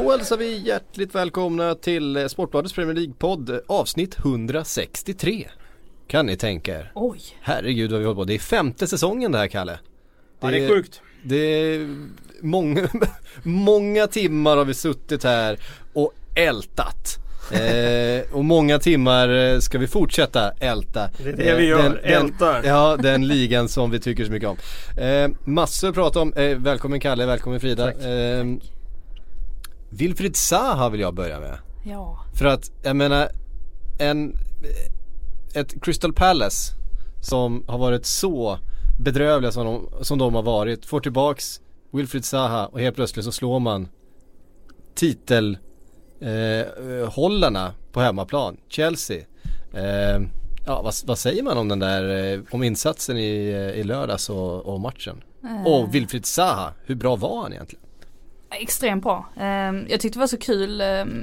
Då hälsar vi hjärtligt välkomna till Sportbladets Premier League-podd, avsnitt 163. Kan ni tänka er? Oj. Herregud vad vi håller på. Det är 5:e säsongen det här, Kalle. Ja, det är sjukt. Det är många timmar har vi suttit här och ältat. Och många timmar ska vi fortsätta älta. Det är det vi gör, ältar. Ja, den ligan som vi tycker så mycket om. Massor att prata om. Välkommen Kalle, välkommen Frida. Wilfried Zaha vill jag börja med. Ja. För att, jag menar, ett Crystal Palace som har varit så bedrövliga som de har varit, får tillbaks Wilfried Zaha och helt plötsligt så slår man hållarna på hemmaplan, Chelsea. Vad säger man om den där, om insatsen i lördags och matchen? Och Wilfried Zaha, hur bra var han egentligen? Extremt bra. Jag tyckte det var så kul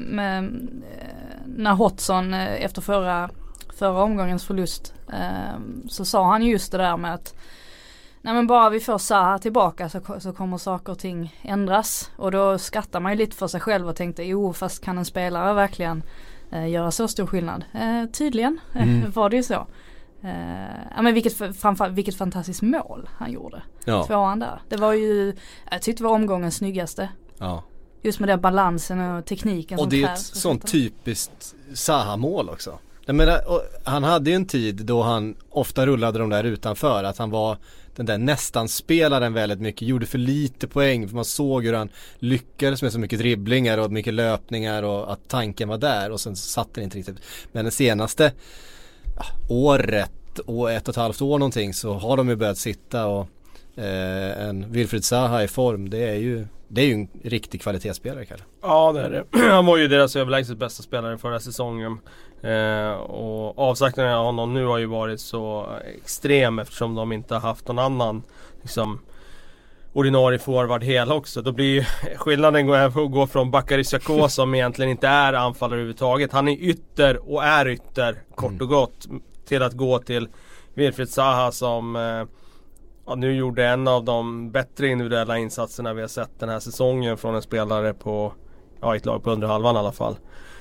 när Hodgson efter förra omgångens förlust så sa han just det där med att nej, men bara vi får Zaha tillbaka så kommer saker och ting ändras. Och då skrattar man ju lite för sig själv och tänkte, fast kan en spelare verkligen göra så stor skillnad? Tydligen var det ju så. Men vilket fantastiskt mål han gjorde. Ja. Tvåan där. Det var ju, jag tyckte det var omgångens snyggaste. Ja. Just med den balansen och tekniken. Och det är ett sånt typiskt Zaha-mål också. Jag menar, han hade ju en tid då han ofta rullade de där utanför, att han var den där nästan spelaren väldigt mycket, gjorde för lite poäng, för man såg hur han lyckades med så mycket dribblingar och mycket löpningar och att tanken var där, och sen satt den inte riktigt. Men den senaste året och 1,5 år någonting så har de ju börjat sitta, och en Wilfried Zaha i form, det är ju en riktig kvalitetsspelare, Kalle. Ja, det är det. Han var ju deras överlägset bästa spelare förra säsongen. Och avsaknaden av honom nu har ju varit så extrem, eftersom de inte har haft någon annan liksom ordinarie forward hela också. Då blir ju skillnaden att gå från Bakary Sakho som egentligen inte är anfallare överhuvudtaget. Han är ytter och är ytter kort och gott, till att gå till Wilfried Zaha som nu gjorde en av de bättre individuella insatserna vi har sett den här säsongen från en spelare på ett lag på under halvan i alla fall.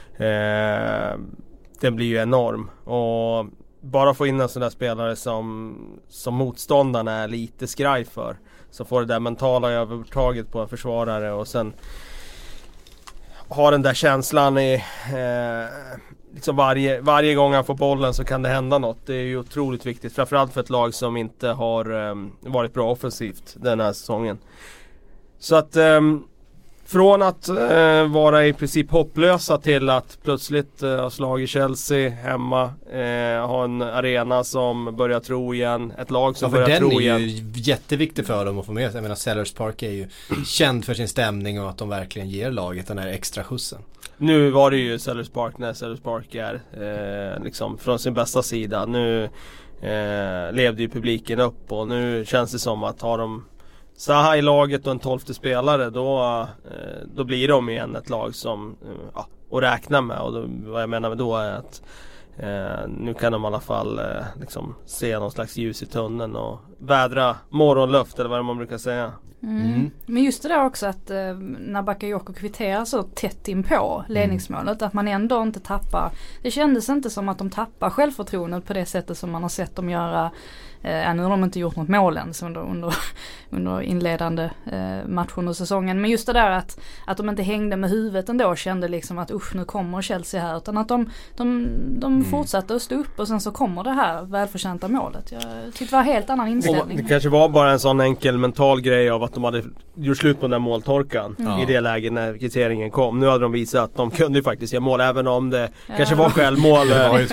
Den blir ju enorm, och bara få in en sån där spelare som motståndarna är lite skraj för, så får det där mentala övertaget på en försvarare, och sen har den där känslan i liksom varje gång han får bollen så kan det hända något. Det är ju otroligt viktigt, framförallt för ett lag som inte har varit bra offensivt den här säsongen. Så att från att vara i princip hopplösa till att plötsligt ha slagit Chelsea hemma, ha en arena som börjar tro igen, ett lag som börjar tro igen. Den är ju jätteviktig för dem att få med sig. Jag menar, Sellers Park är ju känd för sin stämning och att de verkligen ger laget den här extra skjutsen. Nu var det ju Sellers Park när Sellers Park är liksom från sin bästa sida. Nu levde ju publiken upp, och nu känns det som att har de Zaha i laget och en 12:e spelare, då blir de igen ett lag som att räkna med. Och då, vad jag menar med då är att nu kan de i alla fall liksom se någon slags ljus i tunneln och vädra morgonluft, eller vad man brukar säga. Men just det där också att när Bakayoko kvitterar så tätt in på ledningsmålet, att man ändå inte tappar. Det kändes inte som att de tappar självförtroendet på det sättet som man har sett dem göra. Nu har de inte gjort något mål ens under inledande match under säsongen. Men just det där att de inte hängde med huvudet ändå, kände liksom att nu kommer Chelsea här. Utan att de fortsatte att stå upp, och sen så kommer det här välförtjänta målet. Jag tyckte det var en helt annan inställning. Och det kanske var bara en sån enkel mental grej av att de hade gjort slut på den där måltorkan i det läget när kvitteringen kom. Nu hade de visat att de kunde ju faktiskt göra mål, även om det kanske var självmål.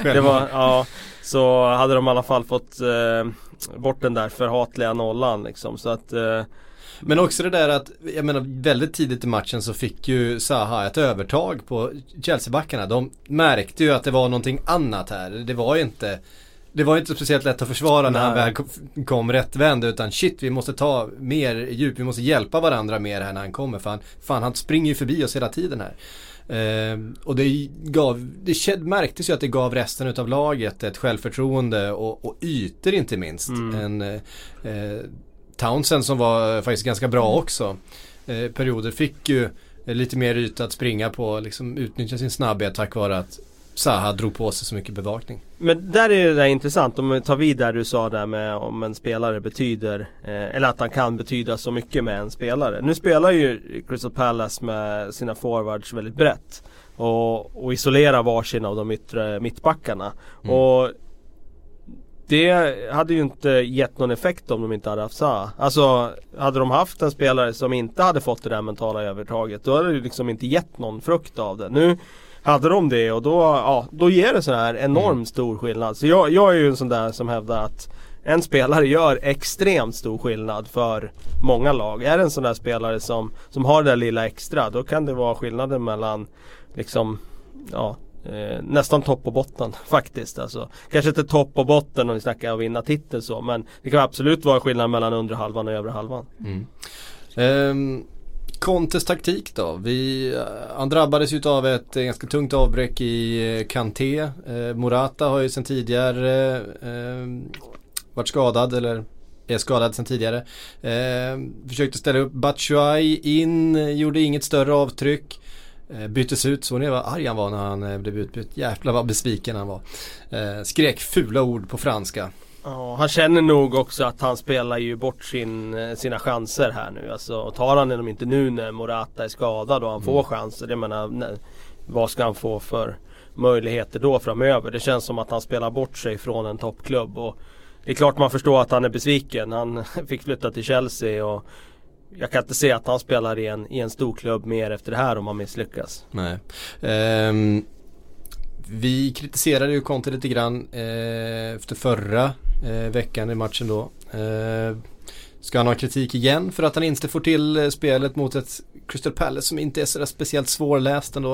Så hade de i alla fall fått bort den där förhatliga nollan liksom. Så att men också det där att, jag menar, väldigt tidigt i matchen så fick ju Zaha ett övertag på Chelsea-backarna. De märkte ju att det var någonting annat här. Det var inte speciellt lätt att försvara när han väl kom rättvänd, utan vi måste ta mer djup, vi måste hjälpa varandra mer här när han kommer. Fan, han springer ju förbi oss hela tiden här. Och det märktes ju att det gav resten utav laget ett självförtroende och ytor inte minst. Townsend som var faktiskt ganska bra också perioder fick ju lite mer yta att springa på, liksom utnyttja sin snabbhet tack vare att Zaha drog på sig så mycket bevakning. Men där är det intressant, om vi tar vid där du sa där med om en spelare betyder eller att han kan betyda så mycket med en spelare. Nu spelar ju Crystal Palace med sina forwards väldigt brett och isolerar varsin av de yttre mittbackarna. Och det hade ju inte gett någon effekt om de inte hade haft Zaha. Alltså hade de haft en spelare som inte hade fått det där mentala övertaget, då hade det ju liksom inte gett någon frukt av det. Nu hade de det och då ger det så här enormt stor skillnad. Så jag är ju en sån där som hävdar att en spelare gör extremt stor skillnad för många lag. Är det en sån där spelare som har det där lilla extra, då kan det vara skillnaden mellan liksom nästan topp och botten faktiskt. Alltså, kanske inte topp och botten om vi snackar att vinna titel så, men det kan absolut vara skillnad mellan undre halvan och övre halvan. Contes taktik då. Han drabbades ju av ett ganska tungt avbräck i Kanté. Morata har ju sedan tidigare varit skadad eller är skadad sedan tidigare. Försökte ställa upp Batshuayi in, gjorde inget större avtryck. Byttes ut, så ni var arg han var när han blev utbytt. Jävlar vad besviken han var. Skrek fula ord på franska. Ja, han känner nog också att han spelar ju bort sina chanser här nu. Alltså, tar han dem inte nu när Morata är skadad och han får chanser. Jag menar, vad ska han få för möjligheter då framöver? Det känns som att han spelar bort sig från en toppklubb. Och det är klart man förstår att han är besviken. Han fick flytta till Chelsea och jag kan inte se att han spelar i en stor klubb mer efter det här om han misslyckas. Nej. Vi kritiserade ju Conte lite grann efter förra veckan i matchen då. Ska han ha kritik igen för att han inte får till spelet mot ett Crystal Palace som inte är så speciellt svårläst ändå?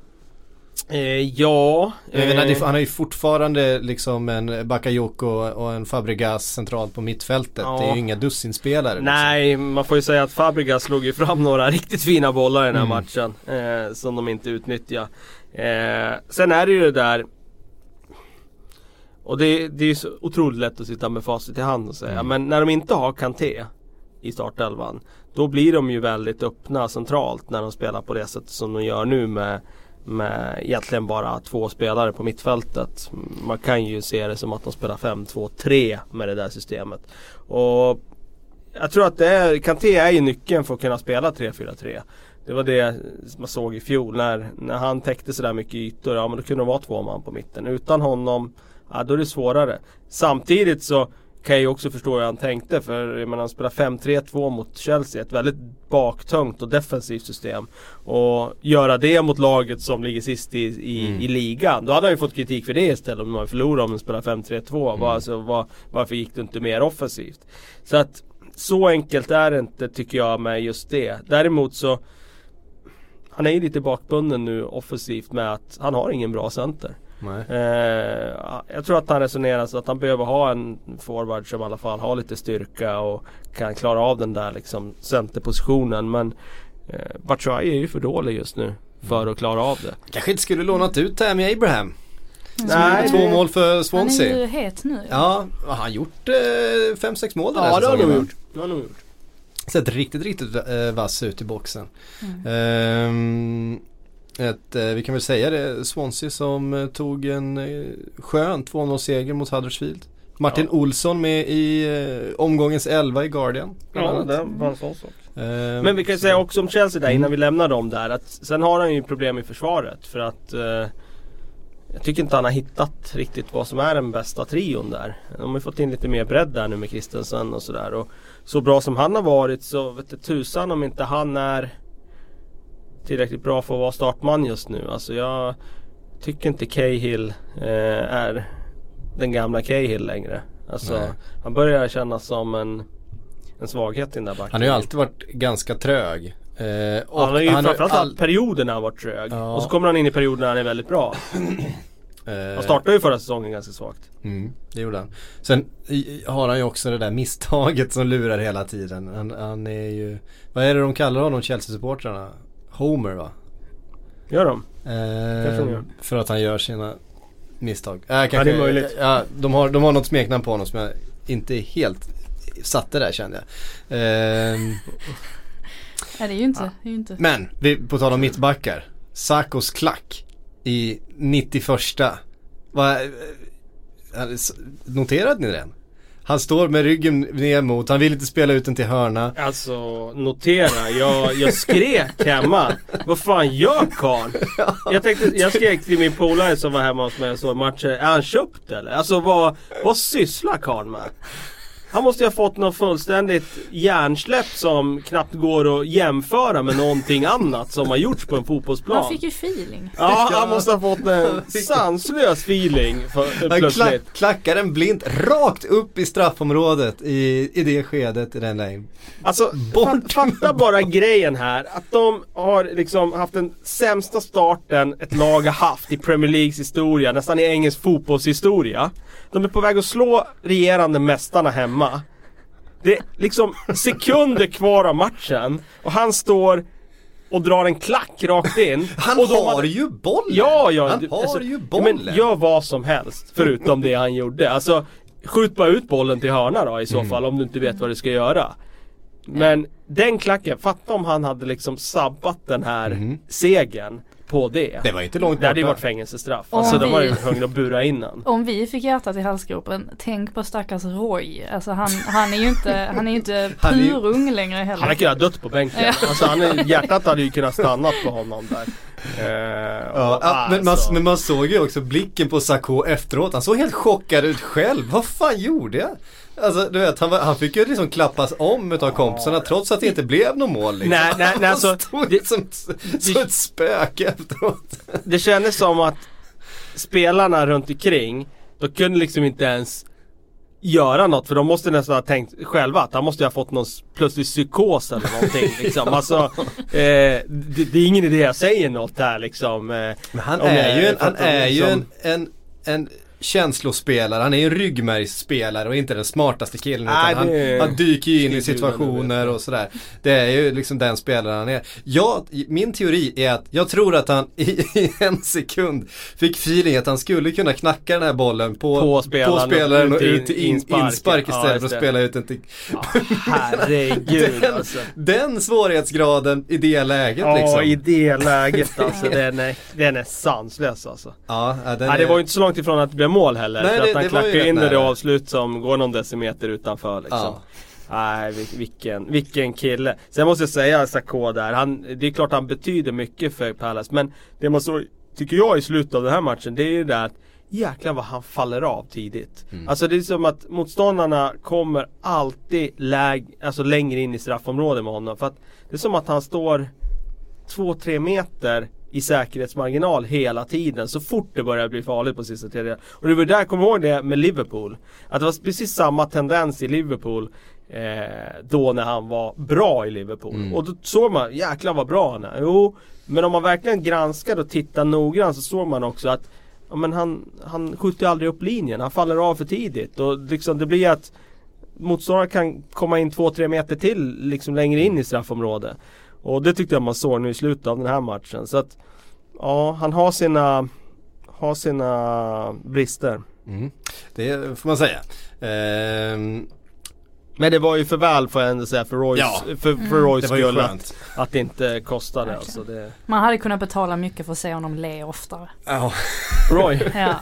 Han har ju fortfarande liksom en Bakayoko och en Fabregas centralt på mittfältet. Det är ju inga dussinspelare. Nej, liksom. Man får ju säga att Fabregas slog ju fram några riktigt fina bollar i den här matchen som de inte utnyttjar. Sen är det ju det där, och det är ju så otroligt lätt att sitta med facit i hand och säga, men när de inte har Kanté i startelvan, då blir de ju väldigt öppna centralt när de spelar på det sättet som de gör nu med egentligen bara 2 spelare på mittfältet. Man kan ju se det som att de spelar 5-2-3 med det där systemet. Och jag tror att Kanté är ju nyckeln för att kunna spela 3-4-3. Det var det man såg i fjol när han täckte så där mycket ytor. Ja, men då kunde det vara 2 man på mitten. Utan honom, då är det svårare. Samtidigt så kan jag ju också förstå hur han tänkte. För han spelar 5-3-2 mot Chelsea. Ett väldigt baktungt och defensivt system. Och göra det mot laget som ligger sist i ligan. Då hade han ju fått kritik för det istället. Om man förlorar om man spelar 5-3-2. Varför gick det inte mer offensivt? Så att så enkelt är det inte, tycker jag, med just det. Däremot så han är ju lite bakbunden nu offensivt med att han har ingen bra center. Jag tror att han resonerar så att han behöver ha en forward som i alla fall har lite styrka och kan klara av den där liksom centerpositionen. Men Batshuayi är ju för dålig just nu för att klara av det. Kanske inte skulle lånat ut det här med Abraham. Nej, 2 mål för Swansea. Han är ju het nu. Ja, har han gjort 5-6 mål den här säsongen? Ja, det har han gjort. Sett riktigt vass ut i boxen. Vi kan väl säga det, Swansea som tog en skön 2-0-seger mot Huddersfield. Martin Olsson med i omgångens 11 i Guardian. Ja, det var en sån sak. Men vi kan säga också om Chelsea där innan vi lämnar dem där, att sen har han ju problem i försvaret för att jag tycker inte han har hittat riktigt vad som är den bästa trion där. De har ju fått in lite mer bredd där nu med Christensen och sådär. Och så bra som han har varit så vet du tusan om inte han är tillräckligt bra för att vara startman just nu. Alltså jag tycker inte Cahill är den gamla Cahill längre. Alltså han börjar kännas som en svaghet i den där backen. Han har ju alltid varit ganska trög. Och han har ju framförallt perioderna har varit trög. Och så kommer han in i perioder när han är väldigt bra. Han startade ju förra säsongen ganska svagt. Det gjorde han. Sen har han ju också det där misstaget som lurar hela tiden. Han är ju, vad är det de kallar honom, Chelsea-supportrarna? Homer, va? Gör de? För att han gör sina misstag. Det är möjligt. De har något smeknamn på honom som jag inte helt satte där, kände jag. Ja, det är ju inte. Det är ju inte. Men, på tal om mittbackar. Sakos klack i 91:a. Noterade ni den? Han står med ryggen ner mot, han vill inte spela ut den till hörna. Alltså, notera, jag skrek hemma. Vad fan gör Karl? Jag skrek till min polare som var hemma hos mig och så matcher. Är han köpt eller? Alltså vad sysslar Karl med? Han måste ju ha fått något fullständigt hjärnsläpp som knappt går att jämföra med någonting annat som har gjorts på en fotbollsplan. Han fick ju feeling. Ja, han måste ha fått en sanslös feeling plötsligt. Han klackar en blint rakt upp i straffområdet i det skedet i den lägen. Alltså, fatta bara grejen här. Att de har liksom haft den sämsta starten ett lag har haft i Premier Leagues historia, nästan i engelsk fotbollshistoria. De är på väg att slå regerande mästarna hemma. Det är liksom sekunder kvar av matchen och han står och drar en klack rakt in. Han och har ju bollen! Ja, han har ju bollen! Men gör vad som helst förutom det han gjorde. Alltså, skjut bara ut bollen till hörna då i så fall om du inte vet vad du ska göra. Men den klacken, fatta om han hade liksom sabbat den här segern på det. Det var inte långt det hade ju borta. varit fängelsestraff. Alltså de var ju tvungna att bura innan. Om vi fick hjärtat i halsgropen, tänk på stackars Roy. Alltså han är ju inte purung längre heller. Han hade kunnat dött på bänken. Ja. Alltså hjärtat hade ju kunnat stannat på honom där. Men man såg ju också blicken på Sakho efteråt. Han såg helt chockad ut själv. Vad fan gjorde jag? Alltså du vet, han fick ju liksom klappas om utav kompisarna trots att det inte blev någon mål liksom. Nej, alltså, han stod som ett spöke efteråt. Det kändes som att spelarna runt omkring, de kunde liksom inte ens göra något, för de måste nästan ha tänkt själva att han måste ha fått någon plötslig psykos eller någonting liksom. Alltså det är ingen idé jag säger något här liksom. Men han är ju en känslospelare, han är ju en ryggmärgsspelare och inte den smartaste killen, utan han dyker ju in i situationer och sådär. Det är ju liksom den spelaren han är. Min teori är att jag tror att han i en sekund fick feeling att han skulle kunna knacka den här bollen på spelaren och ut till inspark istället för att spela ut den till... herregud alltså. Den svårighetsgraden i det läget liksom. Ja, i det läget alltså. Den är sanslös alltså. Det var ju inte så långt ifrån att det blev mål heller. Nej, för att han klackar in det avslut som går någon decimeter utanför liksom. Nej, vilken kille. Sen måste jag säga Sakho där, det är klart han betyder mycket för Palace, men det man så tycker jag i slutet av den här matchen, det är ju där att jäklar vad han faller av tidigt. Alltså det är som att motståndarna kommer alltid längre in i straffområdet med honom, för att det är som att han står 2-3 meter i säkerhetsmarginal hela tiden så fort det börjar bli farligt på sista tredje. Och det var där jag kommer ihåg det med Liverpool, att det var precis samma tendens i Liverpool då när han var bra i Liverpool. Och då såg man, jäklar vad bra han är. Jo, men om man verkligen granskar och tittar noggrant så såg man också att men han skjuter aldrig upp linjen, han faller av för tidigt och liksom det blir att motståndaren kan komma in 2-3 meter till liksom längre in i straffområdet. Och det tyckte jag man såg nu i slutet av den här matchen. Så att ja, han har sina brister. Det får man säga. Men det var ju för väl, får jag ändå säga, för Roys skull att det inte kostade. Okay. Alltså det... Man hade kunnat betala mycket för att se honom le oftare. Ja. Roy. Ja.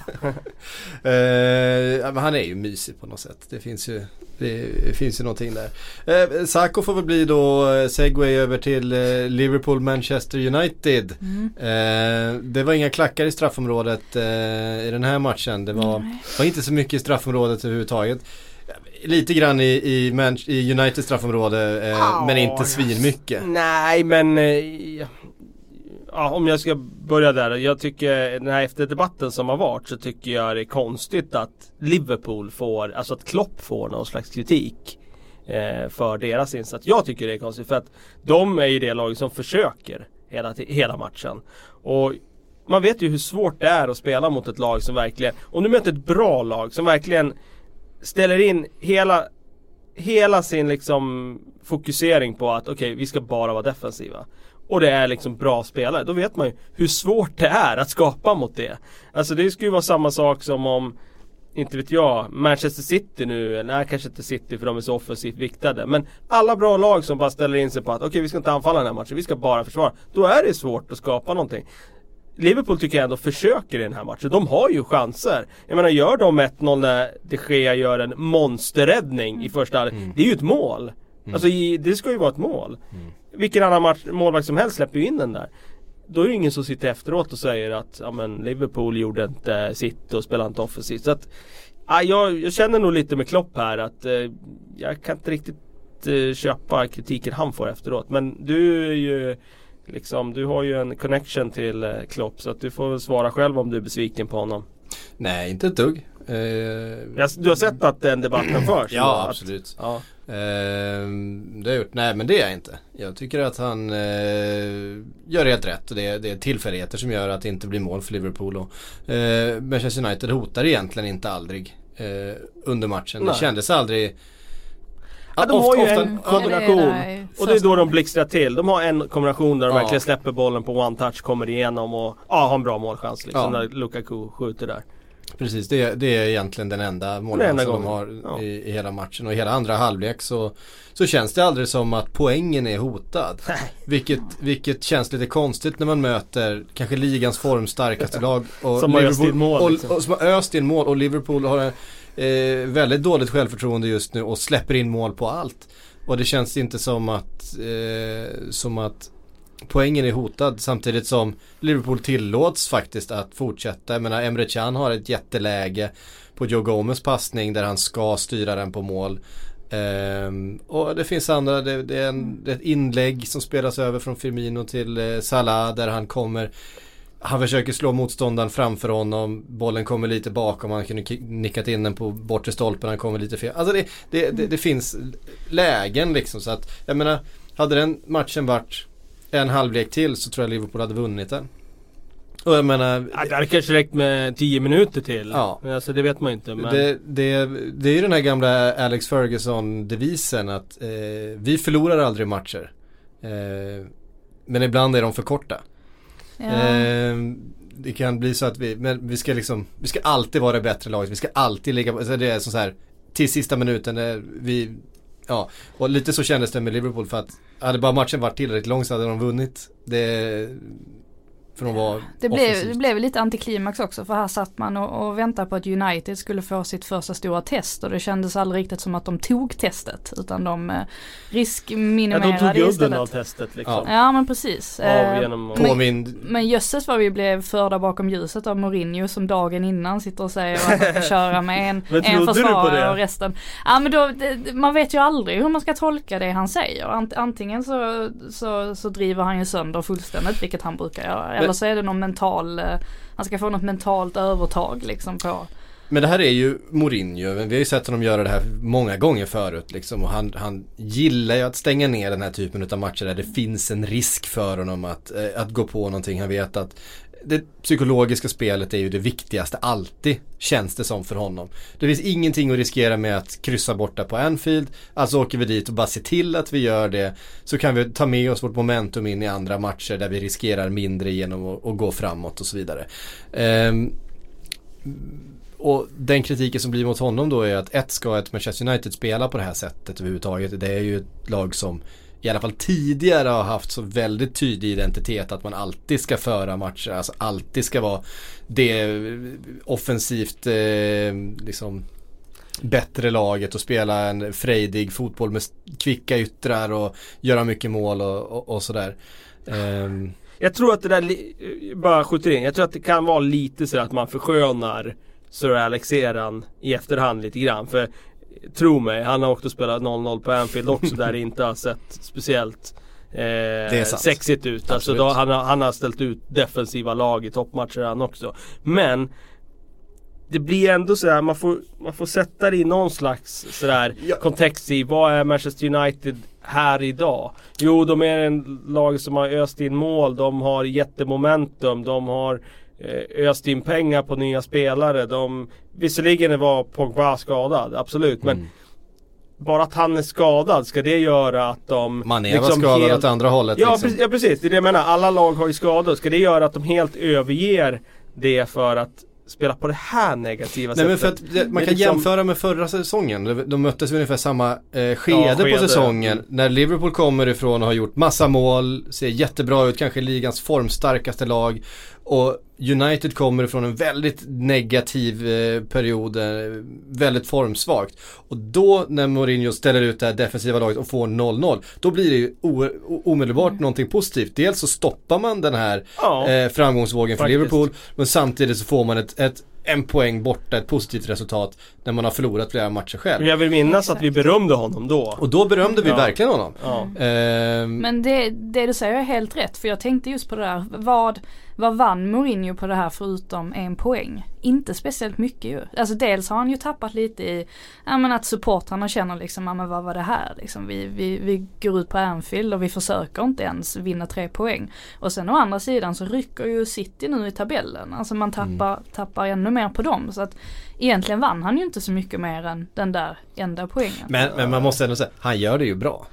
Men han är ju mysig på något sätt. Det finns ju någonting där. Sakho får väl bli då segway över till Liverpool Manchester United. Det var inga klackar i straffområdet i den här matchen. Det var inte så mycket i straffområdet överhuvudtaget. Lite grann i United straffområde, men inte svin mycket. Nej, men om jag ska börja där. Jag tycker, den här efter debatten som har varit, så tycker jag det är konstigt att Liverpool får, alltså att Klopp får någon slags kritik för deras insats. Jag tycker det är konstigt, för att de är ju det lag som försöker hela matchen. Och man vet ju hur svårt det är att spela mot ett lag som verkligen, om du möter ett bra lag som verkligen ställer in hela sin liksom fokusering på att okej, vi ska bara vara defensiva. Och det är liksom bra spelare. Då vet man ju hur svårt det är att skapa mot det. Alltså det skulle ju vara samma sak som inte vet jag, Manchester City nu, nej kanske inte City för de är så offensivt viktade, men alla bra lag som bara ställer in sig på att okej, vi ska inte anfalla den här matchen, vi ska bara försvara, då är det svårt att skapa någonting. Liverpool tycker jag ändå försöker i den här matchen. De har ju chanser. Jag menar, gör de 1-0 när De Gea gör en monsterräddning i första halvlek, det är ju ett mål. Alltså det ska ju vara ett mål. Vilken annan målvakt som helst släpper ju in den där. Då är det ingen som sitter efteråt och säger att ja, men Liverpool gjorde inte sitt och spelade inte offensivt. Så att jag känner nog lite med Klopp här att jag kan inte riktigt köpa kritiken han får efteråt. Men du är ju liksom, du har ju en connection till Klopp, så att du får väl svara själv om du är besviken på honom. Nej, inte ett dugg. Du har sett att den debatten förs? Ja, absolut. Det har jag gjort. Nej, men det är jag inte. Jag tycker att han gör helt rätt. Och det är tillfälligheter som gör att det inte blir mål för Liverpool. Och Manchester United hotar egentligen inte aldrig under matchen. Nej. Det kändes aldrig... Ja, de har ju en kombination och det är då de blixtrar till. De har en kombination där de verkligen släpper bollen på one touch, kommer igenom och har en bra målchans liksom, när Lukaku skjuter där. Precis, det är egentligen den enda målchansen de har i hela matchen. Och i hela andra halvlek så känns det aldrig som att poängen är hotad. Vilket känns lite konstigt när man möter kanske ligans formstarkaste lag och som har öst in mål liksom. och som har öst in mål, och Liverpool har väldigt dåligt självförtroende just nu och släpper in mål på allt. Och det känns inte som att poängen är hotad, samtidigt som Liverpool tillåts faktiskt att fortsätta. Jag menar, Emre Can har ett jätteläge på Joe Gomez passning där han ska styra den på mål. Och det finns andra, det är ett inlägg som spelas över från Firmino till Salah där han försöker slå motståndaren framför honom, bollen kommer lite bakom, han kunde nickat in den på bortre stolpen, han kommer lite fel. Alltså det finns lägen liksom, så att jag menar, hade den matchen varit en halvlek till så tror jag Liverpool hade vunnit den. Och jag menar, det hade kanske räckt med 10 minuter till. Ja. Alltså det vet man inte. Men... Det är ju den här gamla Alex Ferguson-devisen att vi förlorar aldrig matcher. Men ibland är de för korta. Ja. Det kan bli så att vi ska alltid vara det bättre laget. Vi ska alltid ligga på, så det är så här till sista minuten och lite så kändes det med Liverpool, för att hade bara matchen varit tillräckligt lång så hade de vunnit. Det blev lite antiklimax också, för här satt man och väntade på att United skulle få sitt första stora test, och det kändes aldrig riktigt som att de tog testet, utan de riskminimerade istället. De tog gudden av testet liksom. Ja, men precis. Men jösses vad vi blev förda bakom ljuset av Mourinho, som dagen innan sitter och säger att man ska köra med en försvarare och resten. Ja, men då, man vet ju aldrig hur man ska tolka det han säger. Antingen så driver han ju sönder fullständigt, vilket han brukar göra. Eller så är det någon han ska få något mentalt övertag liksom på. Men det här är ju Mourinho. Vi har ju sett honom göra det här många gånger förut liksom, och han gillar ju att stänga ner den här typen av matcher där det finns en risk för honom att gå på någonting. Han vet att det psykologiska spelet är ju det viktigaste alltid, känns det som för honom. Det finns ingenting att riskera med att kryssa borta på Anfield. Alltså åker vi dit och bara ser till att vi gör det, så kan vi ta med oss vårt momentum in i andra matcher där vi riskerar mindre genom att gå framåt och så vidare. Och den kritiken som blir mot honom då är att ska ett Manchester United spela på det här sättet överhuvudtaget. Det är ju ett lag som i alla fall tidigare har haft så väldigt tydlig identitet att man alltid ska föra matcher, alltså alltid ska vara det offensivt liksom bättre laget och spela en frejdig fotboll med kvicka yttrar och göra mycket mål och sådär. Jag tror att det där, bara skjuter in, jag tror att det kan vara lite så att man förskönar Sir Alex eran i efterhand lite grann, för tro mig, han har också spelat 0-0 på Anfield också där det inte har sett speciellt sexigt ut. Alltså då, han har ställt ut defensiva lag i toppmatcher han också. Men det blir ändå så här, man får sätta det i någon slags sådär kontext i vad är Manchester United här idag. Jo, de är en lag som har öst in mål, de har jättemomentum, de har öst in pengar på nya spelare. Visserligen var Pogba skadad, absolut, men bara att han är skadad, ska det göra att de... Man är liksom skadad åt andra hållet. Ja, liksom. Precis, det är det jag menar. Alla lag har ju skador. Ska det göra att de helt överger det för att spela på det här negativa sättet. Nej, men för att man kan jämföra med förra säsongen. De möttes vid ungefär samma skede på säsongen. När Liverpool kommer ifrån och har gjort massa mål, ser jättebra ut, kanske ligans formstarkaste lag. Och United kommer ifrån en väldigt negativ period, väldigt formsvagt. Och då när Mourinho ställer ut det här defensiva laget och får 0-0, då blir det ju omedelbart någonting positivt. Dels så stoppar man den här framgångsvågen för Liverpool, men samtidigt så får man en poäng borta, ett positivt resultat när man har förlorat flera matcher själv. Jag vill minnas att vi berömde honom då. Och då berömde vi verkligen honom. Men det du säger är helt rätt, för jag tänkte just på det där. Vad vann Mourinho på det här förutom en poäng? Inte speciellt mycket ju. Alltså dels har han ju tappat lite i att supportrarna känner liksom, men vad var det här? Liksom, vi går ut på Anfield och vi försöker inte ens vinna 3 poäng. Och sen å andra sidan så rycker ju City nu i tabellen. Alltså man tappar ännu mer på dem. Så att egentligen vann han ju inte så mycket mer än den där enda poängen. Men man måste ändå säga, han gör det ju bra.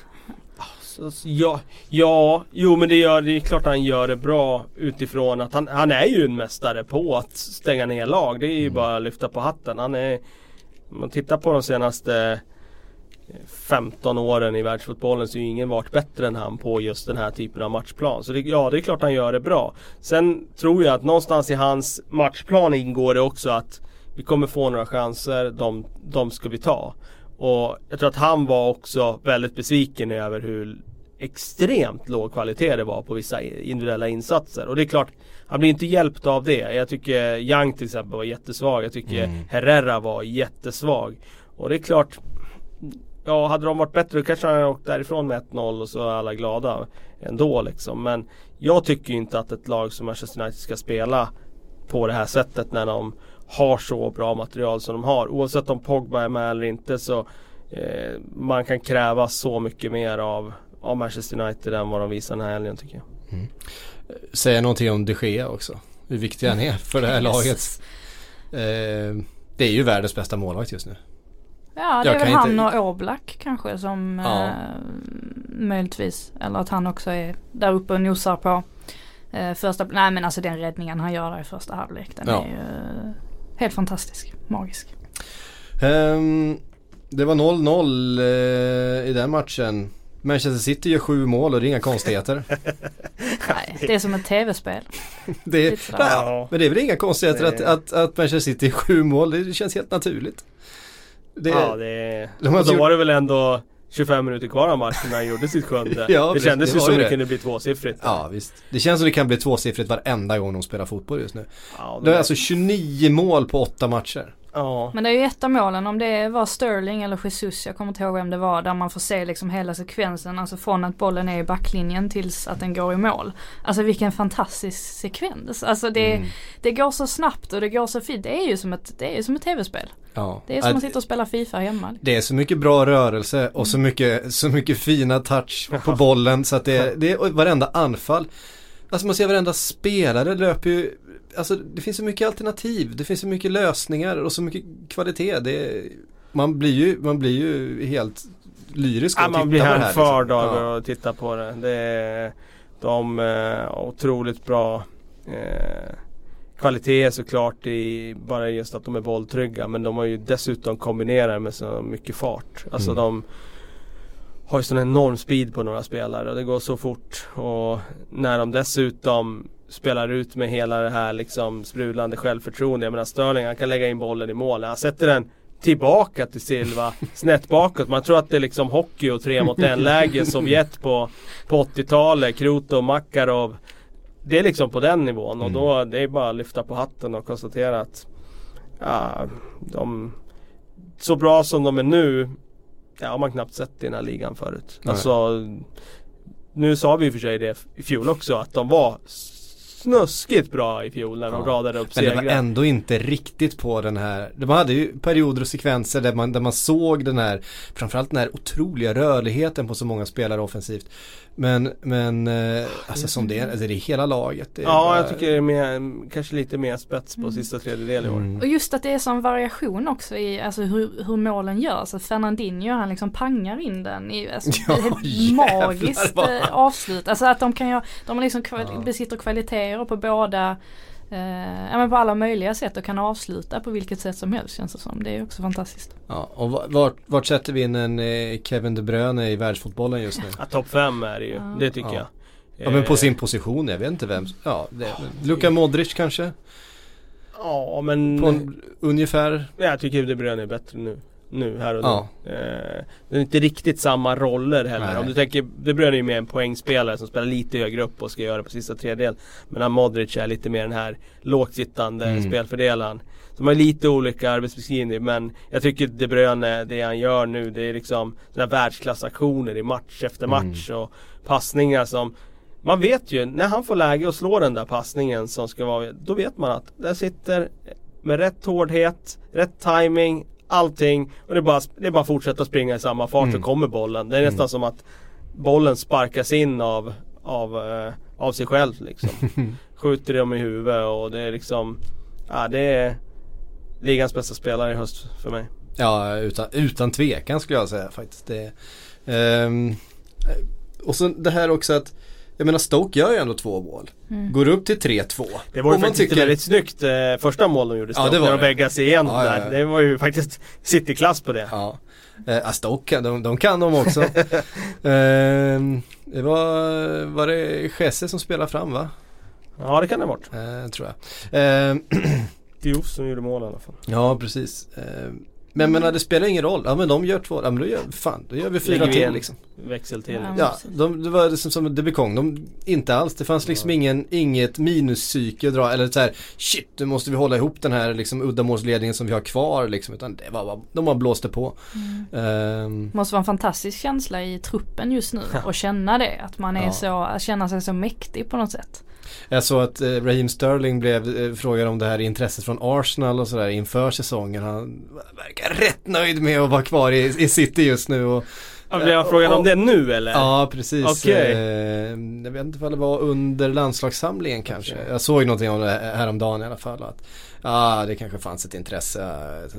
Men det är klart han gör det bra utifrån att han är ju en mästare på att stänga ner lag. Det är ju bara att lyfta på hatten. Om man tittar på de senaste 15 åren i världsfotbollen så är ju ingen varit bättre än han på just den här typen av matchplan. Så det är klart han gör det bra. Sen tror jag att någonstans i hans matchplan ingår det också att vi kommer få några chanser, de ska vi ta. Och jag tror att han var också väldigt besviken över hur extremt låg kvalitet det var på vissa individuella insatser. Och det är klart, han blir inte hjälpt av det. Jag tycker Young till exempel var jättesvag. Jag tycker Herrera var jättesvag. Och det är klart, hade de varit bättre kanske han hade åkt därifrån med 1-0 och så är alla glada ändå liksom. Men jag tycker inte att ett lag som Manchester United ska spela på det här sättet när de har så bra material som de har. Oavsett om Pogba är med eller inte så man kan kräva så mycket mer av Manchester United än vad de visar den här helgen tycker jag. Säga någonting om De Gea också. Hur viktig han är för det här laget. Det är ju världens bästa målvakt just nu. Ja, det är väl han och Oblak kanske som möjligtvis. Eller att han också är där uppe och nosar på nej men alltså den räddningen han gör där i första halvlek, den är ju helt fantastisk, magisk. Det var 0-0 i den matchen. Manchester City gör 7 mål och det är inga konstigheter. Nej, det är som ett tv-spel. Men det är väl inga konstigheter att Manchester City gör 7 mål. Det känns helt naturligt. Så var det väl ändå 25 minuter kvar av matchen när han gjorde sitt sjunde. Det kändes ju som det kunde bli tvåsiffrigt. Ja, visst. Det känns som det kan bli tvåsiffrigt varenda gång de spelar fotboll just nu. Det är alltså 29 mål på 8 matcher. Ja. Men det är ju ett av målen, om det var Sterling eller Jesus, jag kommer inte ihåg vem det var, där man får se liksom hela sekvensen, alltså från att bollen är i backlinjen tills att den går i mål. Alltså vilken fantastisk sekvens. Alltså det går så snabbt och det går så fint. Det är ju som ett tv-spel. Ja. Det är som att sitta och spela FIFA hemma. Det är så mycket bra rörelse och så mycket fina touch på bollen så att det är varenda anfall. Alltså man ser varenda spelare löper ju, alltså det finns så mycket alternativ, det finns så mycket lösningar och så mycket kvalitet. Man blir ju helt lyrisk att titta på det här. Man blir hänförd av att titta på det. De otroligt bra kvalitet såklart i bara just att de är bolltrygga, men de har ju dessutom kombinerat med så mycket fart. Alltså de har ju sån enorm speed på några spelare och det går så fort, och när de dessutom spelar ut med hela det här liksom sprudlande självförtroende. Jag menar Sterling, han kan lägga in bollen i mål, han sätter den tillbaka till Silva snett bakåt. Man tror att det är liksom hockey och 3 mot 1 läge Sovjet på 80-talet, Krutov, Makarov. Det är liksom på den nivån och då det är bara att lyfta på hatten och konstatera att de så bra som de är nu har man knappt sett i den här ligan förut. Alltså, nu sa vi i och för sig det i fjol också, att de var snuskigt bra i fjol när de radade upp segrar. Men det var ändå inte riktigt på den här. De hade ju perioder och sekvenser där man såg den här, framförallt den här otroliga rörligheten på så många spelare offensivt. Men alltså som det är hela laget. Jag tycker det är kanske lite mer spets på sista tredjedel i år. Och just att det är sån variation också i alltså hur målen görs. Alltså Fernandinho, han liksom pangar in den i ett magiskt avslut. Alltså att de har liksom besitter kvaliteter på båda Men på alla möjliga sätt och kan avsluta på vilket sätt som helst, känns det som. Det är också fantastiskt. Ja, och vart sätter vi in en Kevin De Bruyne i världsfotbollen just nu? Ja, topp 5 är det ju, det tycker jag. Ja, men på sin position, jag vet inte vem. Ja, Luka Modric kanske? Ja, men... Ungefär? Jag tycker De Bruyne är bättre nu här och nu. Det är inte riktigt samma roller heller. Nej. Om du tänker, De Bruyne är ju mer en poängspelare som spelar lite högre upp och ska göra på sista tredjedel. Men Modric är lite mer den här lågsittande spelfördelaren. De har lite olika arbetsbeskrivningar, men jag tycker De Bruyne, det han gör nu, det är liksom sådana världsklassaktioner i match efter match och passningar som man vet ju, när han får läge att slå den där passningen som ska vara, då vet man att där sitter med rätt hårdhet, rätt timing, allting, och det är bara att fortsätta springa i samma fart så kommer bollen. Det är nästan som att bollen sparkas in av sig själv liksom. Skjuter dem i huvudet och det är liksom, det är ligans bästa spelare i höst för mig. Ja, utan tvekan skulle jag säga faktiskt. Och så det här också att jag menar, Stoke gör ju ändå 2 mål. Går upp till 3-2. Det var ju faktiskt väldigt snyggt första mål de gjorde, Stoke, när de väggade sig igen där. Ja. Det var ju faktiskt City-klass på det. Ja. Stoke, de kan de också. Det var det Jesse som spelade fram, va? Ja, det kan det ha varit. Tror jag. Diouf som gjorde mål i alla fall. Ja, precis. Men det spelar ingen roll. Ja, men de gör 2. Ja, men då gör vi 4 till liksom. Växel till. Ja, det var liksom som det bekong. De inte alls. Det fanns liksom inget minuspsyke att dra. Eller så här, shit, nu måste vi hålla ihop den här liksom uddamålsledningen som vi har kvar liksom. Utan de bara blåste på. Måste vara en fantastisk känsla i truppen just nu. Och känna det. Att man är känner sig så mäktig på något sätt. Jag såg att Raheem Sterling blev frågad om det här intresset från Arsenal och sådär inför säsongen. Han verkar rätt nöjd med att vara kvar i City just nu. Och, blev jag frågad om det nu eller? Ja, precis. Okay. Jag vet inte om det var under landslagssamlingen kanske. Okay. Jag såg någonting om det häromdagen i alla fall. Att det kanske fanns ett intresse.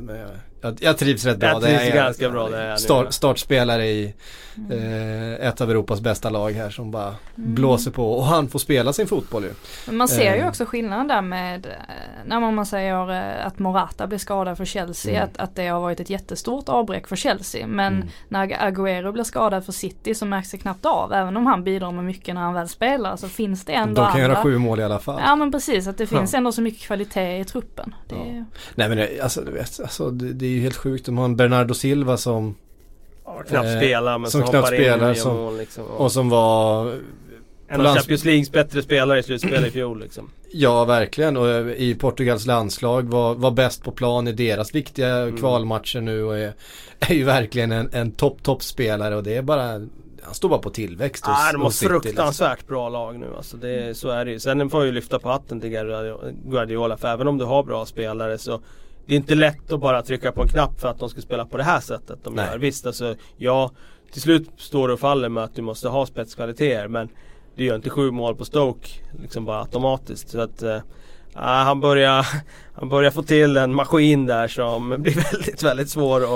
Jag trivs rätt bra. Jag trivs ganska bra. Startspelare i ett av Europas bästa lag här som bara blåser på. Och han får spela sin fotboll ju. Men man ser ju också skillnaden där med när man säger att Morata blev skadad för Chelsea. Att det har varit ett jättestort avbräck för Chelsea. Men när Agüero blir skadad för City så märks det knappt av. Även om han bidrar med mycket när han väl spelar så finns det ändå de kan göra 7 mål i alla fall. Ja, men precis. Att det finns ändå så mycket kvalitet i truppen. Nej, men det är ju helt sjukt. De har en Bernardo Silva som knappt spelar, men som knappt spelar och som var en av Champions Leagues bättre spelare i slutspel i fjol liksom. Ja, verkligen. Och i Portugals landslag var bäst på plan i deras viktiga kvalmatcher nu och är ju verkligen en toppspelare och det är bara, han står bara på tillväxt. De har fruktansvärt bra lag nu alltså. Så är det ju. Sen får jag ju lyfta på hatten till Guardiola, för även om du har bra spelare så det är inte lätt att bara trycka på en knapp för att de ska spela på det här sättet de gör. Visst, alltså, till slut står det och faller med att du måste ha spetskvaliteter, men det gör inte 7 mål på Stoke liksom bara automatiskt. Så att han börjar få till en maskin där som blir väldigt, väldigt svår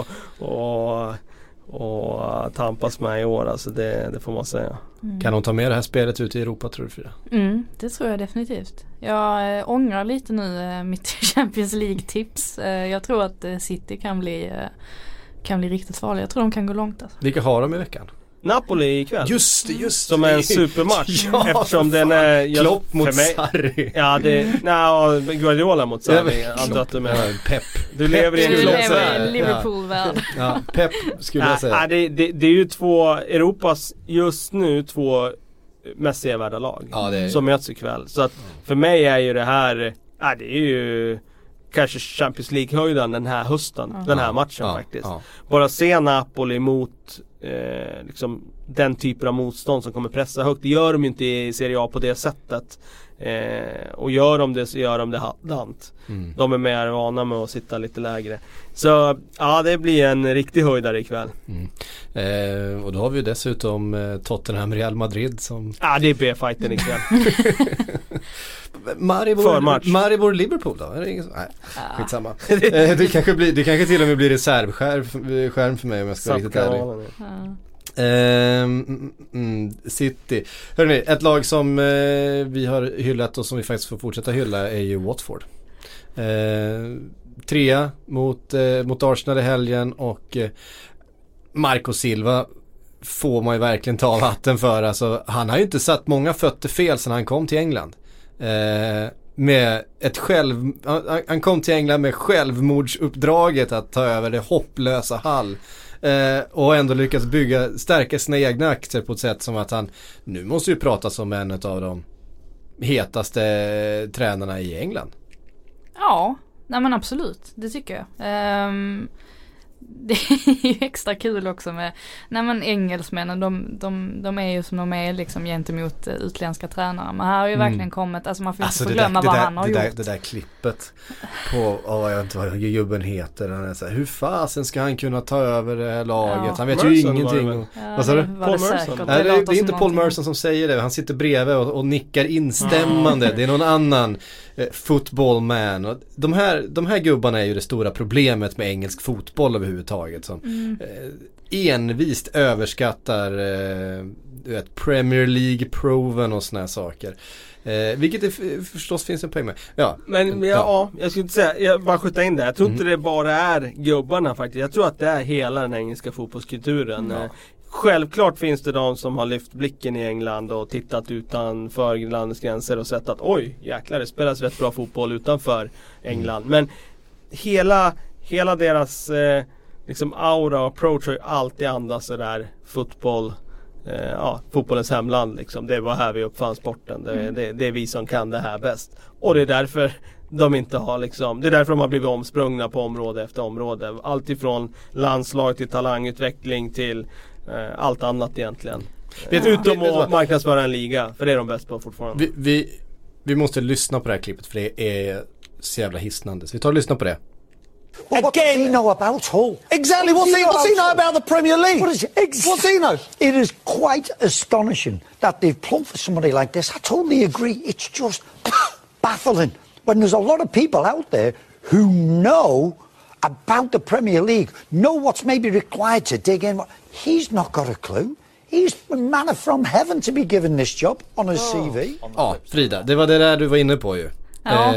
och tampas med i år, alltså det får man säga. Kan de ta med det här spelet ut i Europa, tror du, Frida? Det tror jag definitivt. Jag ångrar lite nu mitt Champions League-tips. Jag tror att City kan bli riktigt farliga. Jag tror de kan gå långt alltså. Vilka har de i veckan? Napoli ikväll. Just som är en supermatch. Eftersom den är Klopp mot Sarri. Ja, Guardiola mot Sarri. Antar att du är Pep. Du lever i en Klopp-värld. Liverpool-värld. Ja, Pep skulle jag säga. Det är ju Europas just nu 2 mest sevärda lag som möts ikväll. Så att för mig är ju det här det är ju kanske Champions League-höjden den här hösten, den här matchen faktiskt. Bara se Napoli mot liksom den typen av motstånd som kommer pressa högt. Det gör de ju inte i Serie A på det sättet. Och gör de det så gör de det haddant. De är mer vana med att sitta lite lägre. Så det blir en riktig höjdare ikväll. Och då har vi ju dessutom Tottenham Real Madrid som... det är B-fighten ikväll. Maribor Liverpool då? Är det ingen... Nej, skitsamma. Det kanske till och med blir reservskärm för mig om jag ska vara riktigt ärlig. City. Hörrni, ett lag som vi har hyllat och som vi faktiskt får fortsätta hylla är ju Watford. 3 mot Arsenal i helgen och Marco Silva får man ju verkligen ta vatten för. Alltså, han har ju inte satt många fötter fel sedan han kom till England. Med han kom till England med självmordsuppdraget att ta över det hopplösa Hull. Och ändå lyckas stärka sina egna aktier på ett sätt som att han nu måste ju prata som en av de hetaste tränarna i England. Ja, nej men absolut, det tycker jag. Det är ju extra kul också med engelsmännen, de är ju som de är liksom gentemot utländska tränare. Men här har ju verkligen kommit, alltså man får inte glömma vad han har gjort. Det där klippet på, jag vet inte vad gubben heter, han är så här, hur fasen ska han kunna ta över det här laget? Ja. Han vet ju ingenting. Vad sa du? Paul Merson. Nej, det är inte Paul Merson som säger det. Han sitter bredvid och nickar instämmande. Det är någon annan footballman. Och de här gubbarna är ju det stora problemet med engelsk fotboll överhuvudtaget, som envist överskattar Premier League-proven och såna här saker. Vilket det förstås finns en poäng med. Ja. Men jag skulle inte säga, jag bara skjuta in det. Jag tror inte det bara är gubbarna faktiskt. Jag tror att det är hela den engelska fotbollskulturen. Ja. Självklart finns det de som har lyft blicken i England och tittat utanför landets gränser och sett att oj, jäklar, det spelas rätt bra fotboll utanför England. Men hela deras liksom aura och approach har ju alltid andats sådär fotbollens hemland liksom. Det var här vi uppfann sporten. Det är vi som kan det här bäst. Och det är därför de inte har liksom, det är därför de har blivit omsprungna på område efter område. Allt ifrån landslag till talangutveckling till allt annat egentligen. Utom att marknadsföra en liga, för det är de bäst på fortfarande. Vi måste lyssna på det här klippet, för det är så jävla hisnande. Så vi tar och lyssnar på det. Well, what does he know about Hull? Exactly. What's he know about the Premier League? What's he know? It is quite astonishing that they've plugged for somebody like this. I totally agree. It's just baffling when there's a lot of people out there who know about the Premier League, know what's maybe required to dig in. He's not got a clue. He's manna from heaven to be given this job on his CV. Ja, Frida, det var det där du var inne på ju. Ja.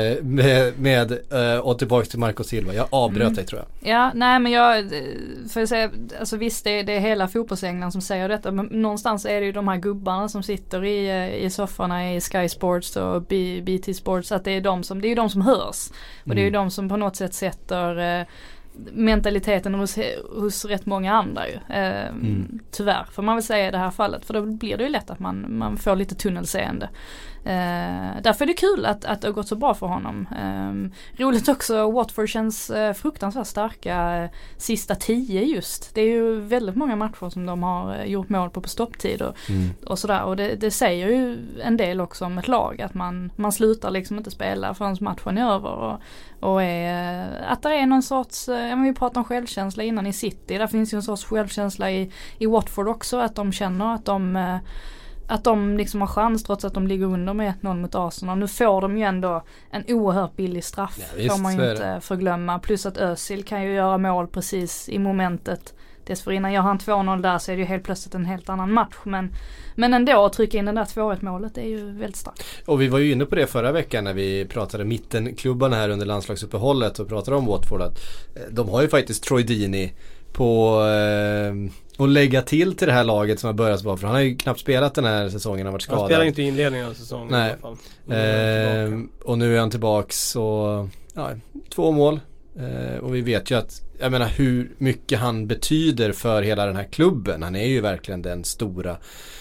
Och tillbaka till Marco Silva. Jag avbröt dig, tror jag. Ja, nej men för att säga, alltså visst det är hela fotbollsengland som säger detta, men någonstans är det ju de här gubbarna som sitter i sofforna i Sky Sports och BT Sports, att det är ju de som hörs. Och det är ju de som på något sätt sätter mentaliteten hos rätt många andra ju. Tyvärr, får man väl säga i det här fallet. För då blir det ju lätt att man får lite tunnelseende. Därför är det kul att det har gått så bra för honom. Roligt också, Watford känns fruktansvärt starka sista 10 just. Det är ju väldigt många matcher som de har gjort mål på stopptid och sådär. Och det säger ju en del också om ett lag, att man slutar liksom inte spela förrän matchen är över. Och att det är någon sorts, vi pratade om självkänsla innan i City. Där finns ju en sorts självkänsla i Watford också, att de känner att de liksom har chans trots att de ligger under med 1-0 mot Arsenal. Nu får de ju ändå en oerhört billig straff, får man ju inte förglömma. Plus att Özil kan ju göra mål precis i momentet. Dessförinnan gör han 2-0 där, så är det ju helt plötsligt en helt annan match. Men ändå att trycka in den där 2-1 målet är ju väldigt starkt. Och vi var ju inne på det förra veckan när vi pratade mittenklubbarna här under landslagsuppehållet och pratade om Watford, att de har ju faktiskt Troy Deeney på och lägga till det här laget som har börjat bra, för han har ju knappt spelat den här säsongen, har varit skadad. Han spelar inte i inledningen av säsongen. Nej. I alla fall. Och nu är han tillbaks och 2 mål. Och vi vet ju att, jag menar, hur mycket han betyder för hela den här klubben. Han är ju verkligen den stora.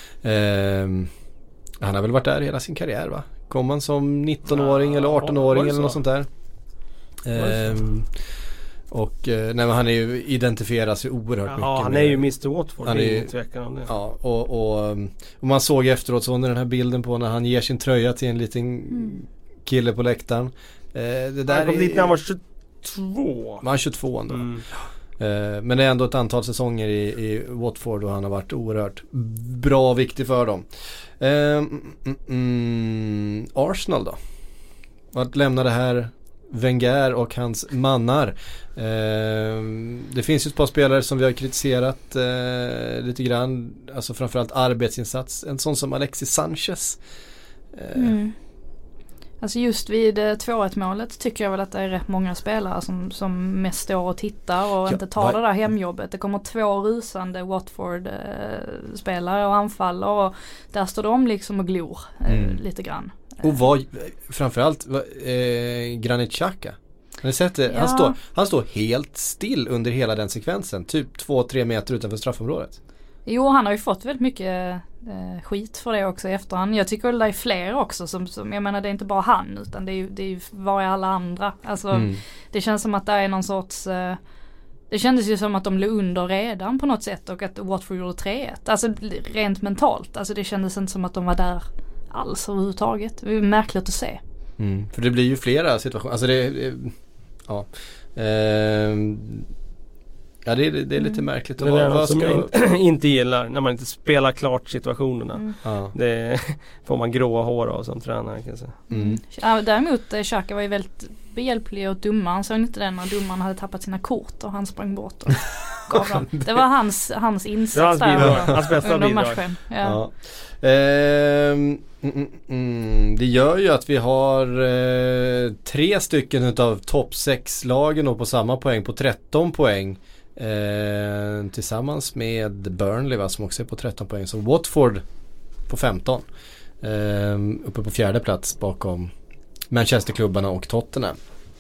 Han har väl varit där hela sin karriär, va? Kom han som 19-åring eller 18-åring eller något sånt där. Och men han är ju, identifieras ju oerhört mycket. Ja, han är ju Mr. Watford, det är ingen tvekan om det. Ja, och man såg efteråt så under den här bilden på när han ger sin tröja till en liten kille på läktaren. Det där han kom dit när han var 22. Han var 22 ändå. Men det är ändå ett antal säsonger i Watford och han har varit oerhört bra och viktig för dem. Arsenal då? Vart lämnar det här Wenger och hans mannar. Det finns ju ett par spelare som vi har kritiserat lite grann, alltså framförallt arbetsinsats, en sån som Alexis Sanchez. Alltså just vid 2-1 målet tycker jag väl att det är rätt många spelare som mest står och tittar och inte tar det där hemjobbet. Det kommer 2 rusande Watford-spelare och anfaller och där står de liksom och glor lite grann. Och framförallt Granit Xhaka. Han står helt still under hela den sekvensen, typ 2-3 meter utanför straffområdet. Jo, han har ju fått väldigt mycket skit för det också i efterhand. Jag tycker att det är fler också som jag menar, det är inte bara han utan det är ju var är alla andra. Alltså det känns som att det är någon sorts det kändes ju som att de låg under redan på något sätt och att Watford gjorde 3-1. Alltså rent mentalt. Alltså det kändes inte som att de var där alls överhuvudtaget. Det är märkligt att se. För det blir ju flera situationer. Alltså det det är lite märkligt. Det är något som jag inte gillar när man inte spelar klart situationerna. Det får man gråa hår av som tränare kan jag säga. Ja, däremot Xhaka var ju väldigt behjälplig åt domaren. Så inte den när domaren hade tappat sina kort och han sprang bort och gav dem. Det var hans insats hans bästa bidrag. Matchen. Ja. Det gör ju att vi har 3 stycken utav topp 6-lagen på samma poäng på 13 poäng. Tillsammans med Burnley som också är på 13 poäng. Så Watford på 15. Uppe på 4:e plats bakom Manchesterklubbarna och Tottenham.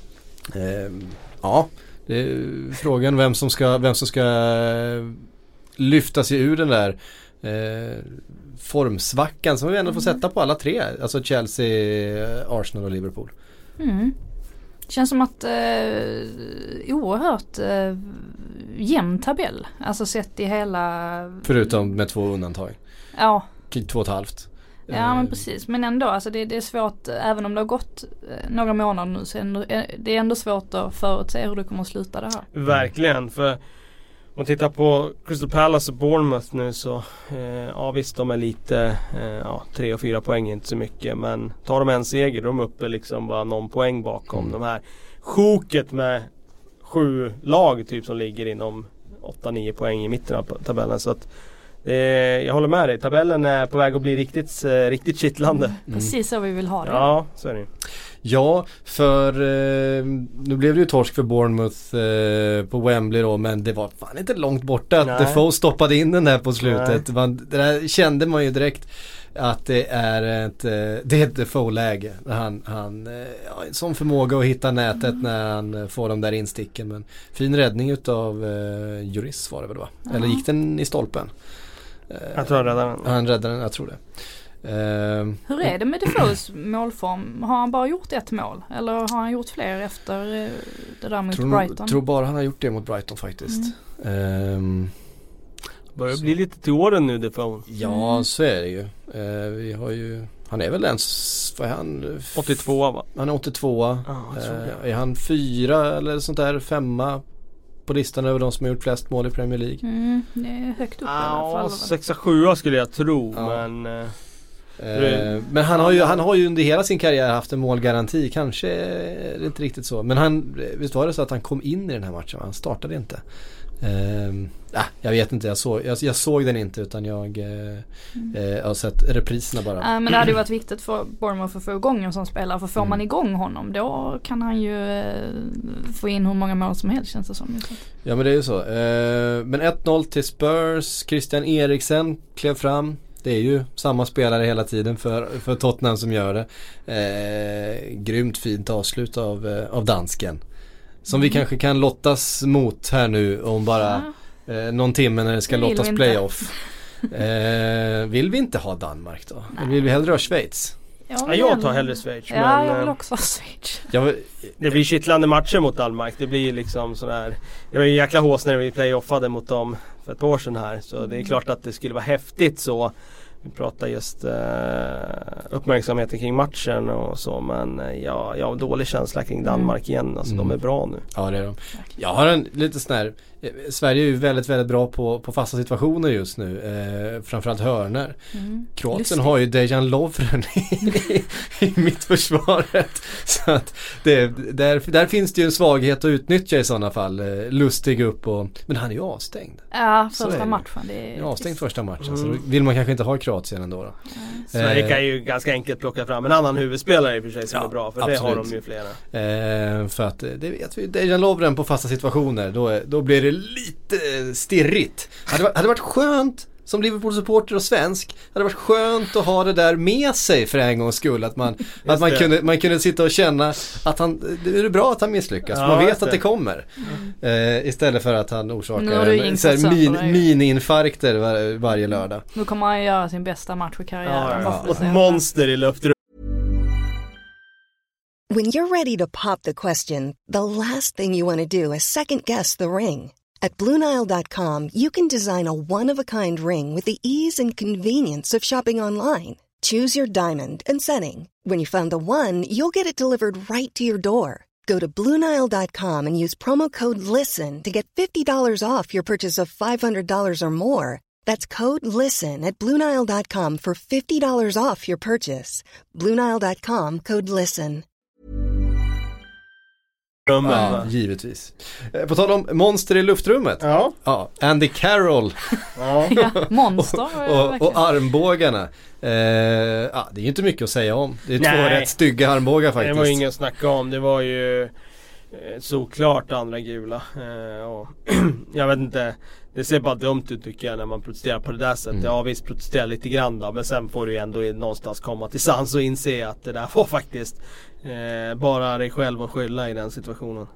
Det är frågan vem som ska lyfta sig ur den där formsvackan som vi ändå får sätta på alla 3. Alltså Chelsea, Arsenal och Liverpool. Känns som att oerhört jämn tabell. Alltså sett i hela... Förutom med 2 undantag. Ja. 2,5. Ja men precis. Men ändå, alltså det är svårt, även om det har gått några månader nu så det är ändå svårt att förutse hur det kommer att sluta det här. Verkligen, för om man tittar på Crystal Palace och Bournemouth nu så visst de är lite 3 och 4 poäng inte så mycket, men tar de en seger de är uppe liksom bara någon poäng bakom de här sjoket med 7 lag typ som ligger inom 8-9 poäng i mitten av tabellen, så att jag håller med dig, tabellen är på väg att bli riktigt kittlande. Precis så vi vill ha det. Ja, så är det. Ja, för nu blev det ju torsk för Bournemouth på Wembley då, men det var fan inte långt borta att Defoe stoppade in den där på slutet. Det där kände man ju direkt att det är ett Defoe-läge. Han en sån förmåga att hitta nätet när han får de där insticken, men fin räddning utav Juris var det väl va? Eller gick den i stolpen? Jag tror han räddade den, jag tror det. Hur är det med Defoes målform? Har han bara gjort 1 mål? Eller har han gjort fler efter det där mot Brighton? Jag tror bara han har gjort det mot Brighton faktiskt. Börjar bli lite till åren nu Defoe. Ja, så är det ju. Vi har ju, han är väl vad är han? 82 va? Han är 82. Är han 4 eller sånt där 5 på listan över de som har gjort flest mål i Premier League? Det är högt upp i alla fall. 6-7 skulle jag tro, men han har ju under hela sin karriär haft en målgaranti. Kanske är det inte riktigt så. Men visst var det så att han kom in i den här matchen? Han startade inte. Jag vet inte, jag såg den inte, utan jag har sett repriserna bara. Men det hade ju varit viktigt för Bournemouth att få igång en sån spelare. För får man igång honom, då kan han ju få in hur många mål som helst, känns det som. Ja, men det är ju så. Men 1-0 till Spurs. Christian Eriksen klev fram. Det är ju samma spelare hela tiden för Tottenham som gör det. Grymt fint avslut av dansken. Som vi kanske kan lottas mot här nu om bara någon timme när det ska lottas playoff. Vill vi inte ha Danmark då? Eller vill vi hellre ha Schweiz? Jag tar hellre Schweiz. Jag vill också ha Schweiz. Det blir kittlande matcher mot Danmark. Det blir liksom sådär. Det var ju jäkla hås när vi playoffade mot dem för ett år sedan här. Så det är klart att det skulle vara häftigt så. vi pratar just uppmärksamheten kring matchen och så, men jag har dålig känsla kring Danmark igen, alltså de är bra nu. Ja, det är de. Jag har en lite sån här, Sverige är ju väldigt, väldigt bra på fasta situationer just nu, framförallt hörnor. Kroatien har ju Dejan Lovren i mittförsvaret, så att där finns det ju en svaghet att utnyttja i sådana fall. Lustig upp men han är ju avstängd. Ja, första matchen. Det är avstängd första matchen, så då vill man kanske inte ha Kroatien ändå då. Sverige kan ju ganska enkelt plocka fram en annan huvudspelare i och för sig som är bra, för absolut. Det har de ju flera. För att det vet vi, Dejan Lovren på fasta situationer, då blir det lite stirrigt. Hade varit skönt som Liverpool-supporter och svensk, hade varit skönt att ha det där med sig för en gångs skull, att man kunde sitta och känna att det är bra att han misslyckas, man vet att det kommer, istället för att han orsakar mini-infarkter varje lördag. Nu kommer han göra sin bästa match i karriären. Ett monster i luftrummet. When you're ready to pop the question, the last thing you want to do is second guess the ring. At BlueNile.com, you can design a one-of-a-kind ring with the ease and convenience of shopping online. Choose your diamond and setting. When you find the one, you'll get it delivered right to your door. Go to BlueNile.com and use promo code LISTEN to get $50 off your purchase of $500 or more. That's code LISTEN at BlueNile.com for $50 off your purchase. BlueNile.com, code LISTEN. Ja, givetvis. På tal om monster i luftrummet. Ja, Andy Carroll. Monster. och armbågarna. Det är ju inte mycket att säga om. Det är två rätt stygga armbågar faktiskt. Det var ingen att snacka om. Det var ju såklart andra gula. Och jag vet inte. Det ser bara dumt ut tycker jag när man protesterar på det där sättet. Ja, visst protesterar lite grann då, men sen får du ju ändå någonstans komma till sans och inse att det där var faktiskt bara dig själv att skylla i den situationen.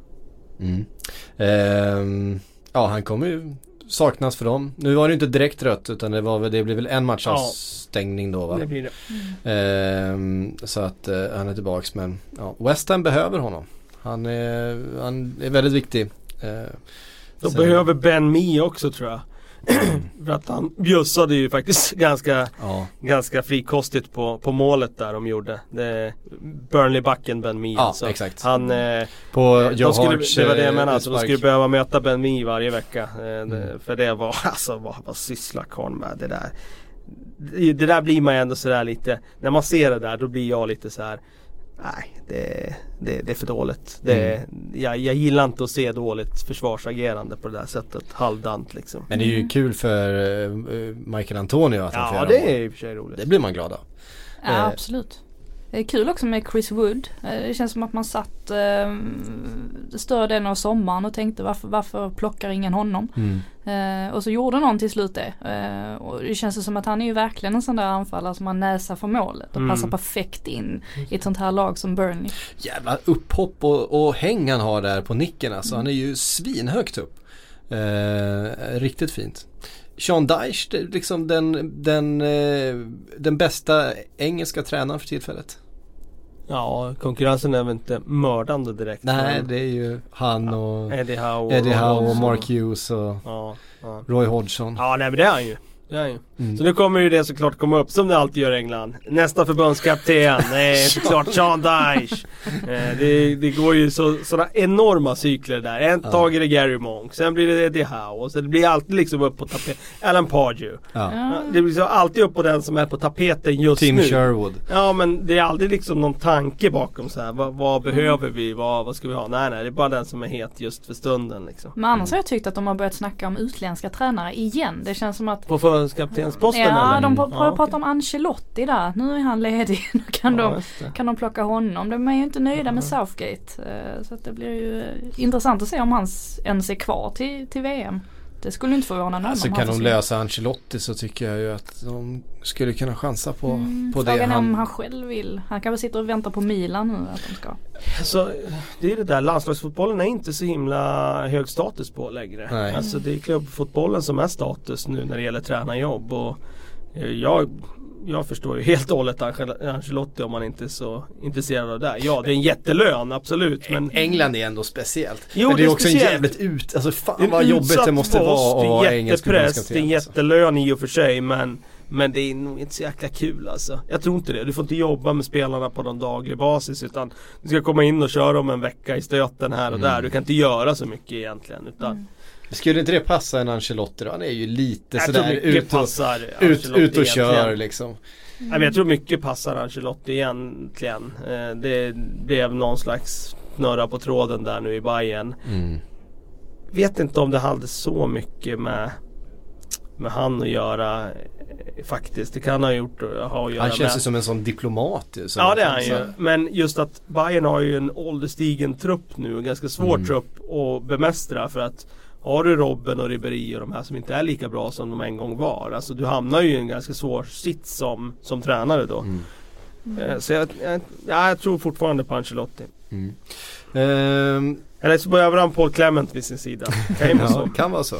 Han kommer ju saknas för dem. Nu var det inte direkt rött, utan det blev väl en matchavstängning då, va? Det blir det. Så att han är tillbaks, men West Ham behöver honom. Han är väldigt viktig. De behöver Ben Mee också, tror jag. För att han bjussade ju faktiskt ganska frikostigt på målet där de gjorde. Burnley-backen Ben Mee. Ja, exakt. Han, på Joe Harts, det var det jag menade. Så de skulle behöva möta Ben Mee varje vecka. För det var, vad sysslar karln med det där? Det där blir man ändå sådär lite, när man ser det där, då blir jag lite så här. Nej, det är för dåligt. Jag gillar inte att se dåligt försvarsagerande på det där sättet, halvdant liksom. Men det är ju kul för Michael Antonio att han får göra det är i och för sig roligt. Det blir man glad av. Ja, absolut. Det är kul också med Chris Wood. Det känns som att man satt större delen av sommaren och tänkte varför plockar ingen honom. Och så gjorde någon till slut det. Och det känns som att han är ju verkligen en sån där anfallare som har näsa för målet och passar perfekt in i ett sånt här lag som Burnley. Jävla upphopp och häng han har där på nicken. Alltså. Han är ju svinhögt upp. Riktigt fint. Sean Dyche, liksom den bästa engelska tränaren för tillfället. Ja, konkurrensen är väl inte mördande direkt. Nej, det är ju han och Eddie Howe och Mark Hughes och Roy Hodgson. Ja, nej, men det är han ju. Så nu kommer ju det såklart komma upp som det alltid gör i England. Nästa förbundskapten, såklart Sean Dyche. Det går ju sådana enorma cykler där. En tag är det Gary Monk, sen blir det Eddie Howe, och så det blir alltid liksom upp på tapeten. Alan Pardew. Det blir så alltid upp på den som är på tapeten just Tim nu. Sherwood. Ja, men det är aldrig liksom någon tanke bakom så här. Vad behöver vi? Vad ska vi ha? Nej, det är bara den som är het just för stunden liksom. Men annars har jag tyckt att de har börjat snacka om utländska tränare igen. Det känns som att kaptensposten eller? De pratar om Ancelotti där. Nu är han ledig. Nu kan de plocka honom. De är ju inte nöjda med Southgate. Så att det blir ju intressant att se om han ens är kvar till VM. Det skulle inte förvåna någon. Alltså kan de lösa Ancelotti, så tycker jag ju att de skulle kunna chansa på det. Frågan är om han själv vill. Han kan väl sitta och vänta på Milan nu att de ska. Alltså, det är det där, landslagsfotbollen är inte så himla hög status på längre. Nej. Alltså det är klubbfotbollen som är status nu när det gäller tränarjobb, och jag förstår ju helt och hållet Ancelotti om man inte är så intresserad av det. Ja, det är en jättelön, absolut. Men England är ändå speciellt. Jo, men det är också speciellt. en jävligt alltså fan vad jobbigt det måste vara att vara engelsk. Det är en jättepress, det är en jättelön i och för sig, men Men det är nog inte så jäkla kul alltså. Jag tror inte det. Du får inte jobba med spelarna på någon daglig basis, utan du ska komma in och köra om en vecka i stöten här och där. Du kan inte göra så mycket egentligen, utan skulle inte det passa en Ancelotti då? Han är ju lite jag sådär ut och kör liksom. Men jag tror mycket passar Ancelotti egentligen. Det blev någon slags snurra på tråden där nu i Bayern. Vet inte om det hade så mycket med han att göra faktiskt. Det kan ha gjort att göra. Han känns ju som en sån diplomat. Ja, det är han ju. Men just att Bayern har ju en ålderstigen trupp nu, en ganska svår trupp att bemästra, för att har du Robben och Ribéry och de här som inte är lika bra som de en gång var. Alltså du hamnar ju i en ganska svår sits som tränare då. Så jag tror fortfarande på Ancelotti. Eller så behöver han Paul Clement vid sin sida. Kan vara så.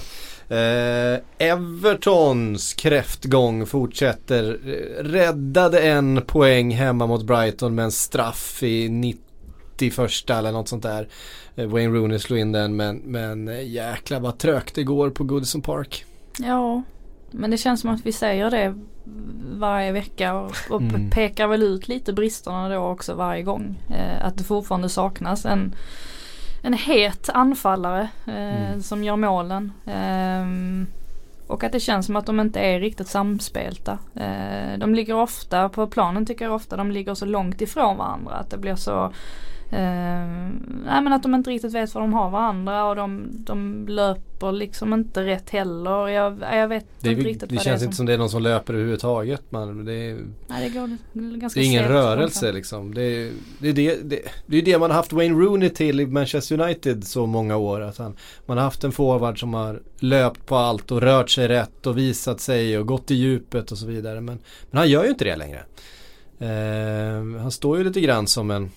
Evertons kräftgång fortsätter. Räddade en poäng hemma mot Brighton med en straff i 91 eller något sånt där. Wayne Rooney slog in den, men jäklar vad trögt det går på Goodison Park. Ja, men det känns som att vi säger det varje vecka och pekar väl ut lite bristerna då också varje gång. Att det fortfarande saknas en het anfallare som gör målen. Och att det känns som att de inte är riktigt samspelta. De ligger ofta på planen, tycker jag ofta, de ligger så långt ifrån varandra att det blir så men att de inte riktigt vet vad de har varandra, och de löper liksom inte rätt heller. Jag vet inte riktigt vad det är. Det känns inte som det är någon som löper överhuvudtaget. Nej, det går ganska. Det är ingen rörelse liksom. Det är det man har haft Wayne Rooney till i Manchester United så många år. Att man har haft en forward som har löpt på allt och rört sig rätt och visat sig och gått i djupet och så vidare. Men han gör ju inte det längre. Han står ju lite grann som en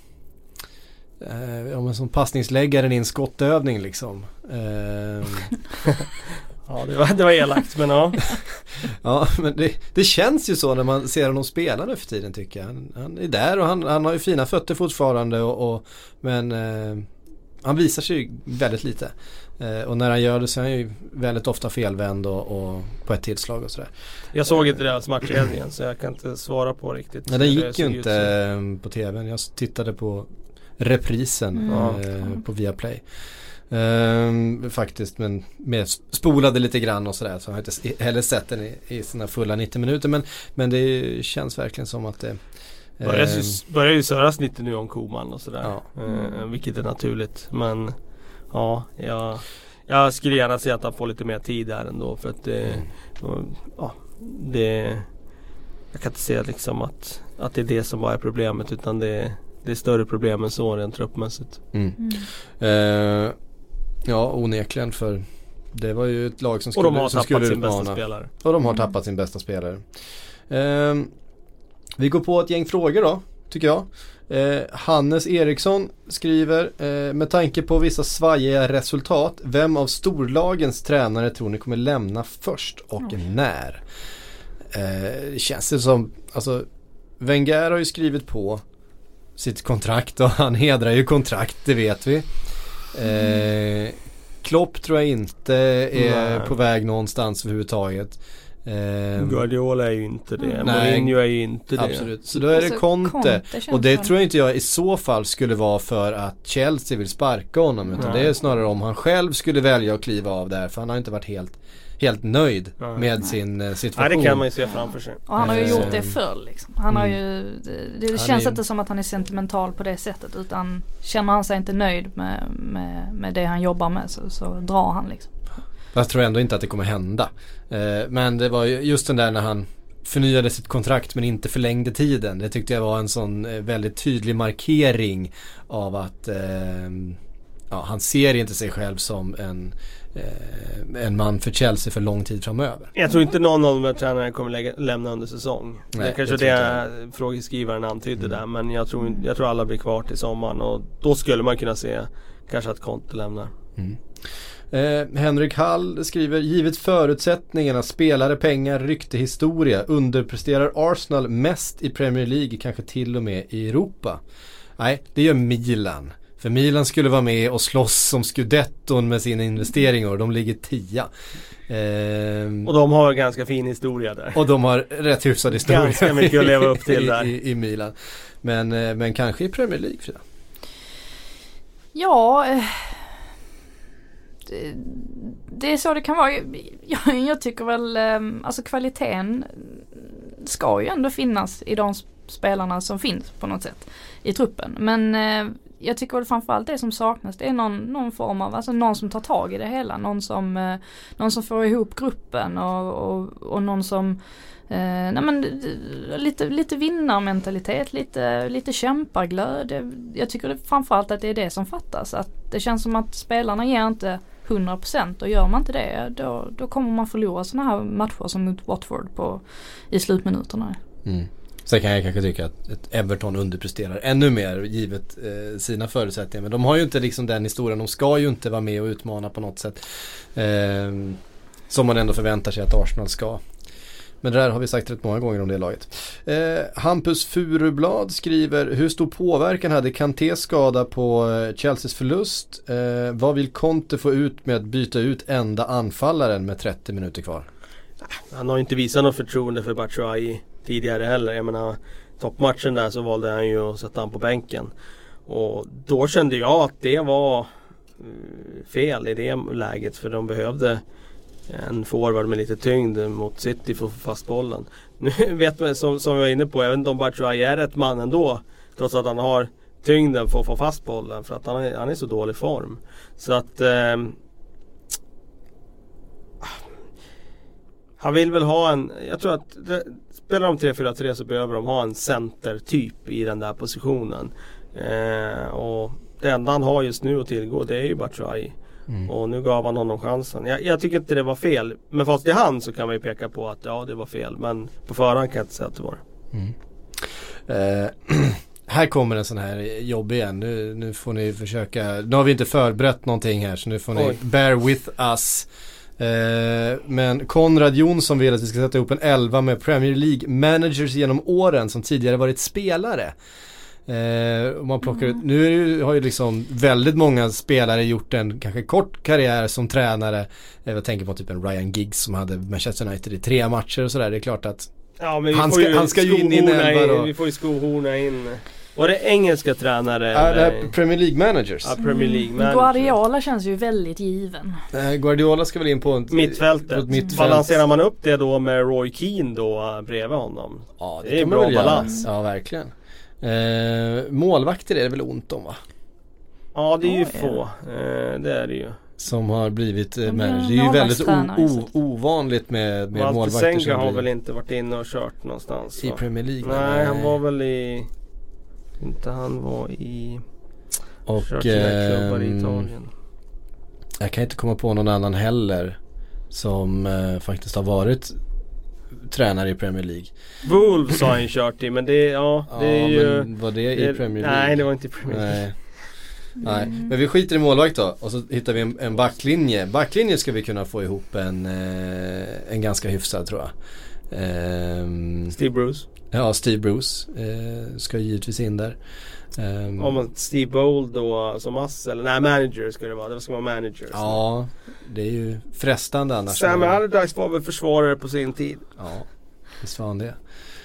som passningsläggaren i en skottövning liksom. Ja, det var elakt, men ja. Ja, men det känns ju så när man ser honom spela nu för tiden, tycker jag. Han är där och han har ju fina fötter fortfarande men han visar sig väldigt lite. Och när han gör det så är han ju väldigt ofta felvänd och på ett tillslag och sådär. Jag såg inte deras match igen, så jag kan inte svara på riktigt. Nej, den gick ju inte på tvn. Jag tittade på reprisen på Viaplay. Faktiskt, men spolade lite grann och sådär, så jag har inte heller sett den i sina fulla 90 minuter, men det känns verkligen som att det börjar ju söras lite nu om Koman och sådär, vilket är naturligt, men jag skulle gärna se att han får lite mer tid där ändå, för att jag kan inte säga liksom att det är det som var problemet, utan det är större problem än så rent truppmässigt. Ja, onekligen, för det var ju ett lag som skulle utmana. Och de har tappat sin bästa spelare. Och de har tappat sin bästa spelare. Vi går på ett gäng frågor då, tycker jag. Hannes Eriksson skriver, med tanke på vissa svajiga resultat, vem av storlagens tränare tror ni kommer lämna först och när? Det känns det som, alltså, Wenger har ju skrivit på sitt kontrakt och han hedrar ju kontrakt, det vet vi. Klopp tror jag inte är på väg någonstans överhuvudtaget. Guardiola är ju inte det. Mourinho är ju inte det. Absolut. Så då är det Conte. Och det tror jag inte jag i så fall skulle vara för att Chelsea vill sparka honom, utan det är snarare om han själv skulle välja att kliva av där, för han har inte varit helt nöjd med sin situation. Nej, det kan man ju se framför sig. Och han har ju gjort det förr liksom. Han har ju, det känns inte som att han är sentimental på det sättet, utan känner han sig inte nöjd med det han jobbar med, så drar han liksom. Jag tror ändå inte att det kommer hända. Men det var just den där när han förnyade sitt kontrakt men inte förlängde tiden. Det tyckte jag var en sån väldigt tydlig markering av att han ser inte sig själv som en man för Chelsea för lång tid framöver. Jag tror inte någon av de här tränarna kommer lämna under säsong. Nej, det kanske det frågeskrivaren antydde där, men jag tror alla blir kvar till sommaren, och då skulle man kunna se kanske att Conte lämnar. Henrik Hall skriver, givet förutsättningarna, spelare, pengar, rykte, historia, underpresterar Arsenal mest i Premier League, kanske till och med i Europa? Nej, det gör Milan. För Milan skulle vara med och slåss om Scudetton med sina investeringar och de ligger 10. Och de har ganska fin historia där. Och de har rätt hyfsad historia. Ganska mycket att leva upp till där. I Milan. Men kanske i Premier League, Frida. Ja, det är så det kan vara. Jag tycker väl, alltså kvaliteten ska ju ändå finnas i de spelarna som finns på något sätt i truppen. Men jag tycker väl framförallt det som saknas, det är någon form av, alltså någon som tar tag i det hela. Någon som får ihop gruppen och någon som lite vinnarmentalitet, lite kämpaglöd. Jag tycker det, framförallt att det är det som fattas. Att det känns som att spelarna ger inte 100% och gör man inte det då kommer man förlora såna här matcher som mot Watford i slutminuterna. Sen kan jag kanske tycka att Everton underpresterar ännu mer givet sina förutsättningar. Men de har ju inte liksom den historien. De ska ju inte vara med och utmana på något sätt. Som man ändå förväntar sig att Arsenal ska. Men det där har vi sagt rätt många gånger om det laget. Hampus Furublad skriver: hur stor påverkan hade Kantés skada på Chelseas förlust? Vad vill Conte få ut med att byta ut enda anfallaren med 30 minuter kvar? Han har inte visat något förtroende för Batshuayi tidigare heller. Jag menar, toppmatchen där så valde han ju att sätta han på bänken. Och då kände jag att det var fel i det läget, för de behövde en forward med lite tyngd mot City för att få fast bollen. Nu vet man, som vi var inne på, jag vet inte om Batshuayi är rätt man ändå, trots att han har tyngden för att få fast bollen, för att han är så dålig form. Så att han vill väl ha jag tror att spelar de 3-4-3 så behöver de ha en centertyp i den där positionen. Och det enda han har just nu att tillgå, det är ju Batshuayi. Och nu gav han honom chansen. Jag tycker inte det var fel. Men fast i hand så kan man ju peka på att ja, det var fel. Men på förhand kan jag inte säga att det var. Här kommer en sån här jobb igen. Nu får ni försöka. Nu har vi inte förberett någonting här, så nu får ni bear with us. Men Konrad Jonsson vill att vi ska sätta ihop en 11 med Premier League managers genom åren som tidigare varit spelare. Om man plockar ut, nu har ju liksom väldigt många spelare gjort en kanske kort karriär som tränare. Jag tänker på typ en Ryan Giggs som hade Manchester United i 3 matcher och sådär. Det är klart att han ska ju in i en 11 då. Vi får ju skohorna in. Var det engelska tränare? Det är Premier League managers. Ja, Premier League managers. Guardiola känns ju väldigt given. Guardiola ska väl in på mittfältet. Balanserar man upp det då med Roy Keane då bredvid honom? Ja, det är bra balans. Ja, verkligen. Målvakter är det väl ont om, va? Ja, det är ju få. Det är det ju. Som har blivit manager. Det är ju väldigt ovanligt med målvakter. Senga har väl inte varit inne och kört någonstans i Premier League. Nej, han var väl i... Inte han var i... Och klubbar i Italien. Jag kan inte komma på någon annan heller som faktiskt har varit tränare i Premier League. Wolves har han kört i, men det är ju... Men var det i Premier League? Nej, det var inte i Premier League. Nej, men vi skiter i målvakt då. Och så hittar vi en backlinje. Backlinje ska vi kunna få ihop en ganska hyfsad, tror jag. Steve Bruce. Ja, Steve Bruce ska givetvis in där. Om man Steve Bold då som ass, eller nej, manager ska det vara. Det ska vara manager. Ja, det är ju frestande annars. Sam Allardyce var väl försvarare på sin tid. Ja, visst var han det.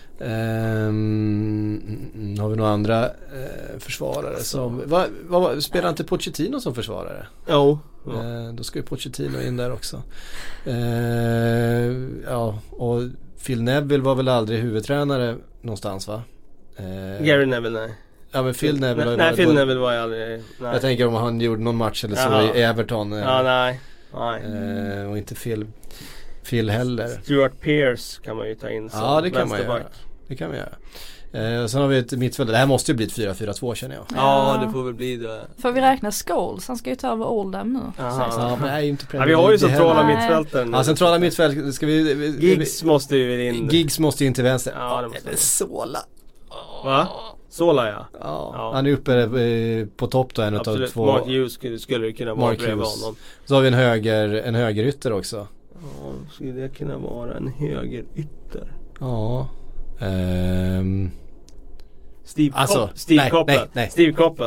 Har vi några andra försvarare som... Spelar inte Pochettino som försvarare? Jo. Då ska ju Pochettino in där också. Ja, och Phil Neville var väl aldrig huvudtränare någonstans, va? Gary Neville, nej. Ja, men Phil Neville nej, Phil Neville var ju aldrig... Nej. Jag tänker om han gjorde någon match eller så i Everton. Ja, nej. Och inte Phil heller. Stuart Pearce kan man ju ta in som vänsterback. Det kan vi göra. Sen har vi ett mittfält. Det här måste ju bli ett 4-4-2, känner jag. Ja, det får väl bli det. Får vi räkna Scholes? Han ska ju ta över Oldham nu. Ja, men det är ju inte vi har ju centrala mittfälten. Ja, centrala mittfält ska vi... Giggs måste ju in. Giggs måste ju in till vänster. Ja, det måste. Sola. Va? Sola, ja. Han är uppe på topp då, en av 2. Mark Hughes skulle det kunna vara bredvid honom. Så har vi en högerytter också. Ja, skulle det kunna vara en högerytter? Ja. Steve Coppel. Nej. Steve Coppel.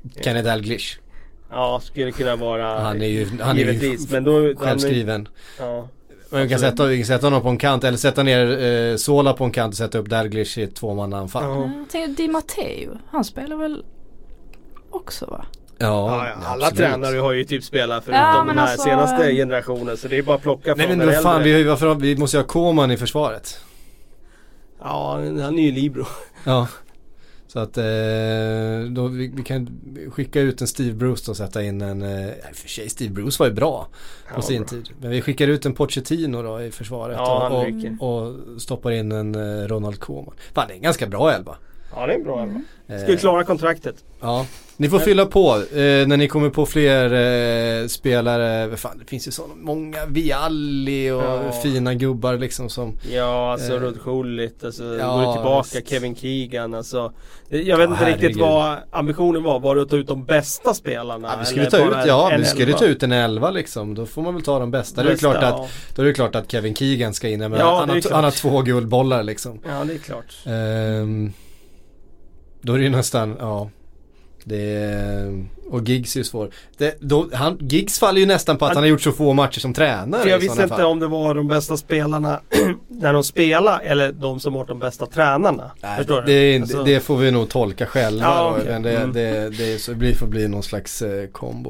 Kenneth Dalglish. Ja, skulle kunna vara. Han är ju men då, självskriven. Ja. Man kan sätta honom på en kant eller sätta ner Sola på en kant och sätta upp Dalglish i ett tvåmannaanfall. Jag tänker Di Matteo, han spelar väl också, va? Ja, alla tränare har ju typ spelat förutom den här senaste generationen, så det är bara att plocka från den äldre. Fan, vi måste ju ha Koman i försvaret. Ja, han är ju libero. Ja. Så att då vi kan skicka ut en Steve Bruce och sätta in en för sig Steve Bruce var ju bra på sin tid. Men vi skickar ut en Pochettino då i försvaret och stoppar in en Ronald Koeman. Fan, det är en ganska bra elva. Ja, det är en bra elva. Ska vi klara kontraktet? Ja. Ni får fylla på när ni kommer på fler spelare. Fan, det finns ju så många Vialli och fina gubbar liksom som. Ja, alltså Rod Schullit, alltså går tillbaka Kevin Keegan, alltså. Jag vet inte riktigt vad ambitionen var. Var det att ta ut de bästa spelarna? Ja, vi skulle ta ut en 11 liksom. Då får man väl ta de bästa. Då är det klart att Kevin Keegan ska in. Men han har 2 guldbollar liksom. Ja, det är klart. Då är det ju nästan, och Giggs är ju svår. Giggs faller ju nästan på att han har gjort så få matcher som tränare. För jag visste inte om det var de bästa spelarna när de spelar eller de som var de bästa tränarna. Nej, det får vi nog tolka själva. Ja, okay. Men det får bli någon slags kombo.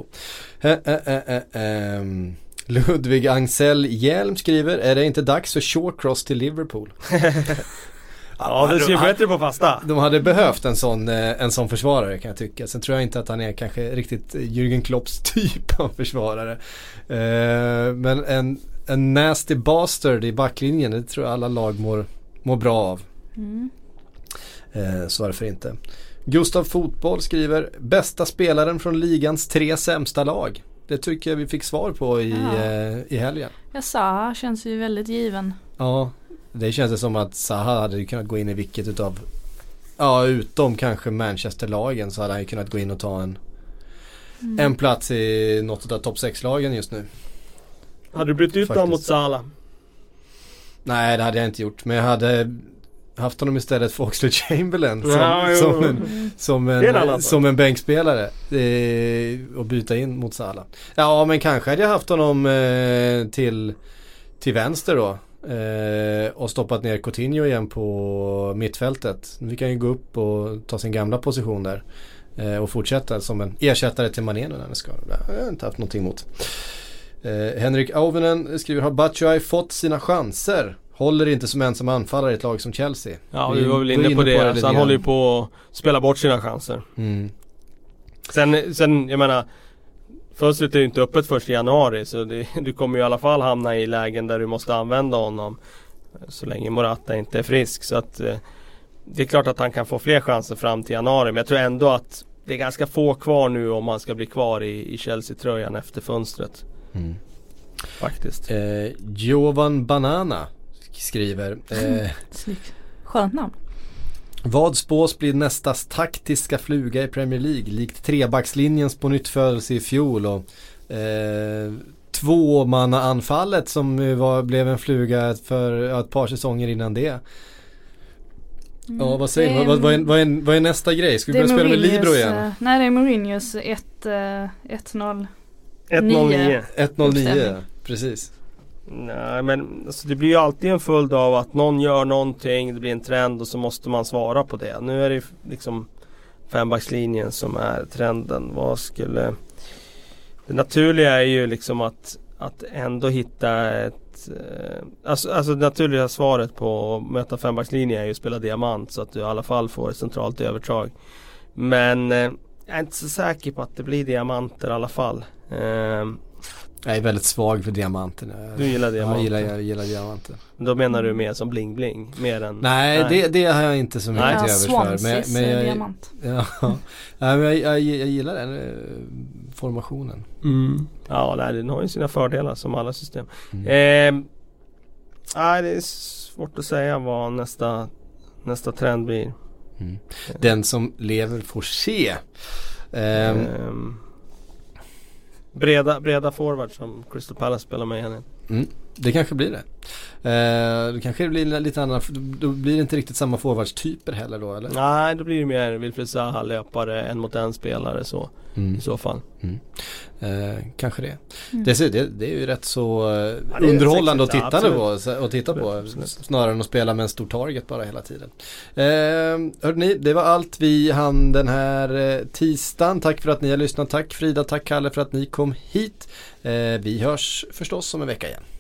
Ludvig Angsell Hjelm skriver: är det inte dags för Shawcross till Liverpool? Ja, det ser ju bättre på fasta. De hade behövt en sån försvarare, kan jag tycka. Sen tror jag inte att han är kanske riktigt Jürgen Klopps typ av försvarare. Men en nasty bastard i backlinjen, det tror jag alla lag mår bra av. Så varför inte. Gustav Fotboll skriver: bästa spelaren från ligans 3 sämsta lag. Det tycker jag vi fick svar på i helgen. Jag sa, känns ju väldigt given. Ja. Det känns som att Zaha hade kunnat gå in i vilket utav, utom kanske Manchester-lagen, så hade han kunnat gå in och ta en plats i något av topp 6-lagen just nu. Hade du bytt ut honom mot Salah? Nej, det hade jag inte gjort. Men jag hade haft honom istället för Oxlade Chamberlain som en bänkspelare och byta in mot Salah. Ja, men kanske hade jag haft honom till vänster då. Och stoppat ner Coutinho igen på mittfältet. Vi kan ju gå upp och ta sin gamla position där och fortsätta som en ersättare till Mané när den ska. Jag har inte haft någonting emot. Henrik Auvenen skriver: har Batshuayi fått sina chanser? Håller inte som ensam anfallare i ett lag som Chelsea? Ja, vi var väl inne på det. Så han håller ju på att spela bort sina chanser. Sen jag menar, fönstret är ju inte öppet först i januari, så du kommer ju i alla fall hamna i lägen där du måste använda honom så länge Morata inte är frisk. Så att det är klart att han kan få fler chanser fram till januari, men jag tror ändå att det är ganska få kvar nu om man ska bli kvar i Chelsea-tröjan efter fönstret. Faktiskt. Jovan Banana skriver skönt namn. Vad spås blir nästas taktiska fluga i Premier League, likt trebackslinjens på nytt födelse i fjol och tvåmannaanfallet som blev en fluga för ett par säsonger innan det. Ja, vad säger man? Vad är nästa grej? Ska vi börja spela med Libro igen? Nej, det är Mourinhos 1-0 1-0-9, precis. Nej, men alltså, det blir ju alltid en följd av att någon gör någonting, det blir en trend och så måste man svara på det. Nu är det liksom fembackslinjen som är trenden. Det naturliga är ju liksom att ändå hitta ett alltså det naturliga svaret på att möta fembackslinjen är ju att spela diamant, så att du i alla fall får ett centralt övertag. Men jag är inte så säker på att det blir diamanter i alla fall. Jag är väldigt svag för diamanten. Du gillar diamanten? Ja, jag gillar diamanter. Då menar du mer som bling-bling? Mer än... Nej. Det har jag inte så mycket till övers för. Men diamant. Men jag gillar den formationen. Ja, den har ju sina fördelar som alla system. Det är svårt att säga vad nästa trend blir. Den som lever får se. Breda forward som Crystal Palace spelar med igen. Det kanske blir det. Det kanske blir lite annan, då blir det inte riktigt samma forwardstyper heller då, eller? Nej, då blir det mer Wilfried Zaha löpare, en mot en spelare så i så fall. Kanske det. Det är ju rätt så underhållande att titta på snarare än att spela med en stor target bara hela tiden. Hörde ni, det var allt vi hann den här tisdagen. Tack för att ni har lyssnat. Tack Frida, tack Kalle för att ni kom hit. Vi hörs förstås om en vecka igen.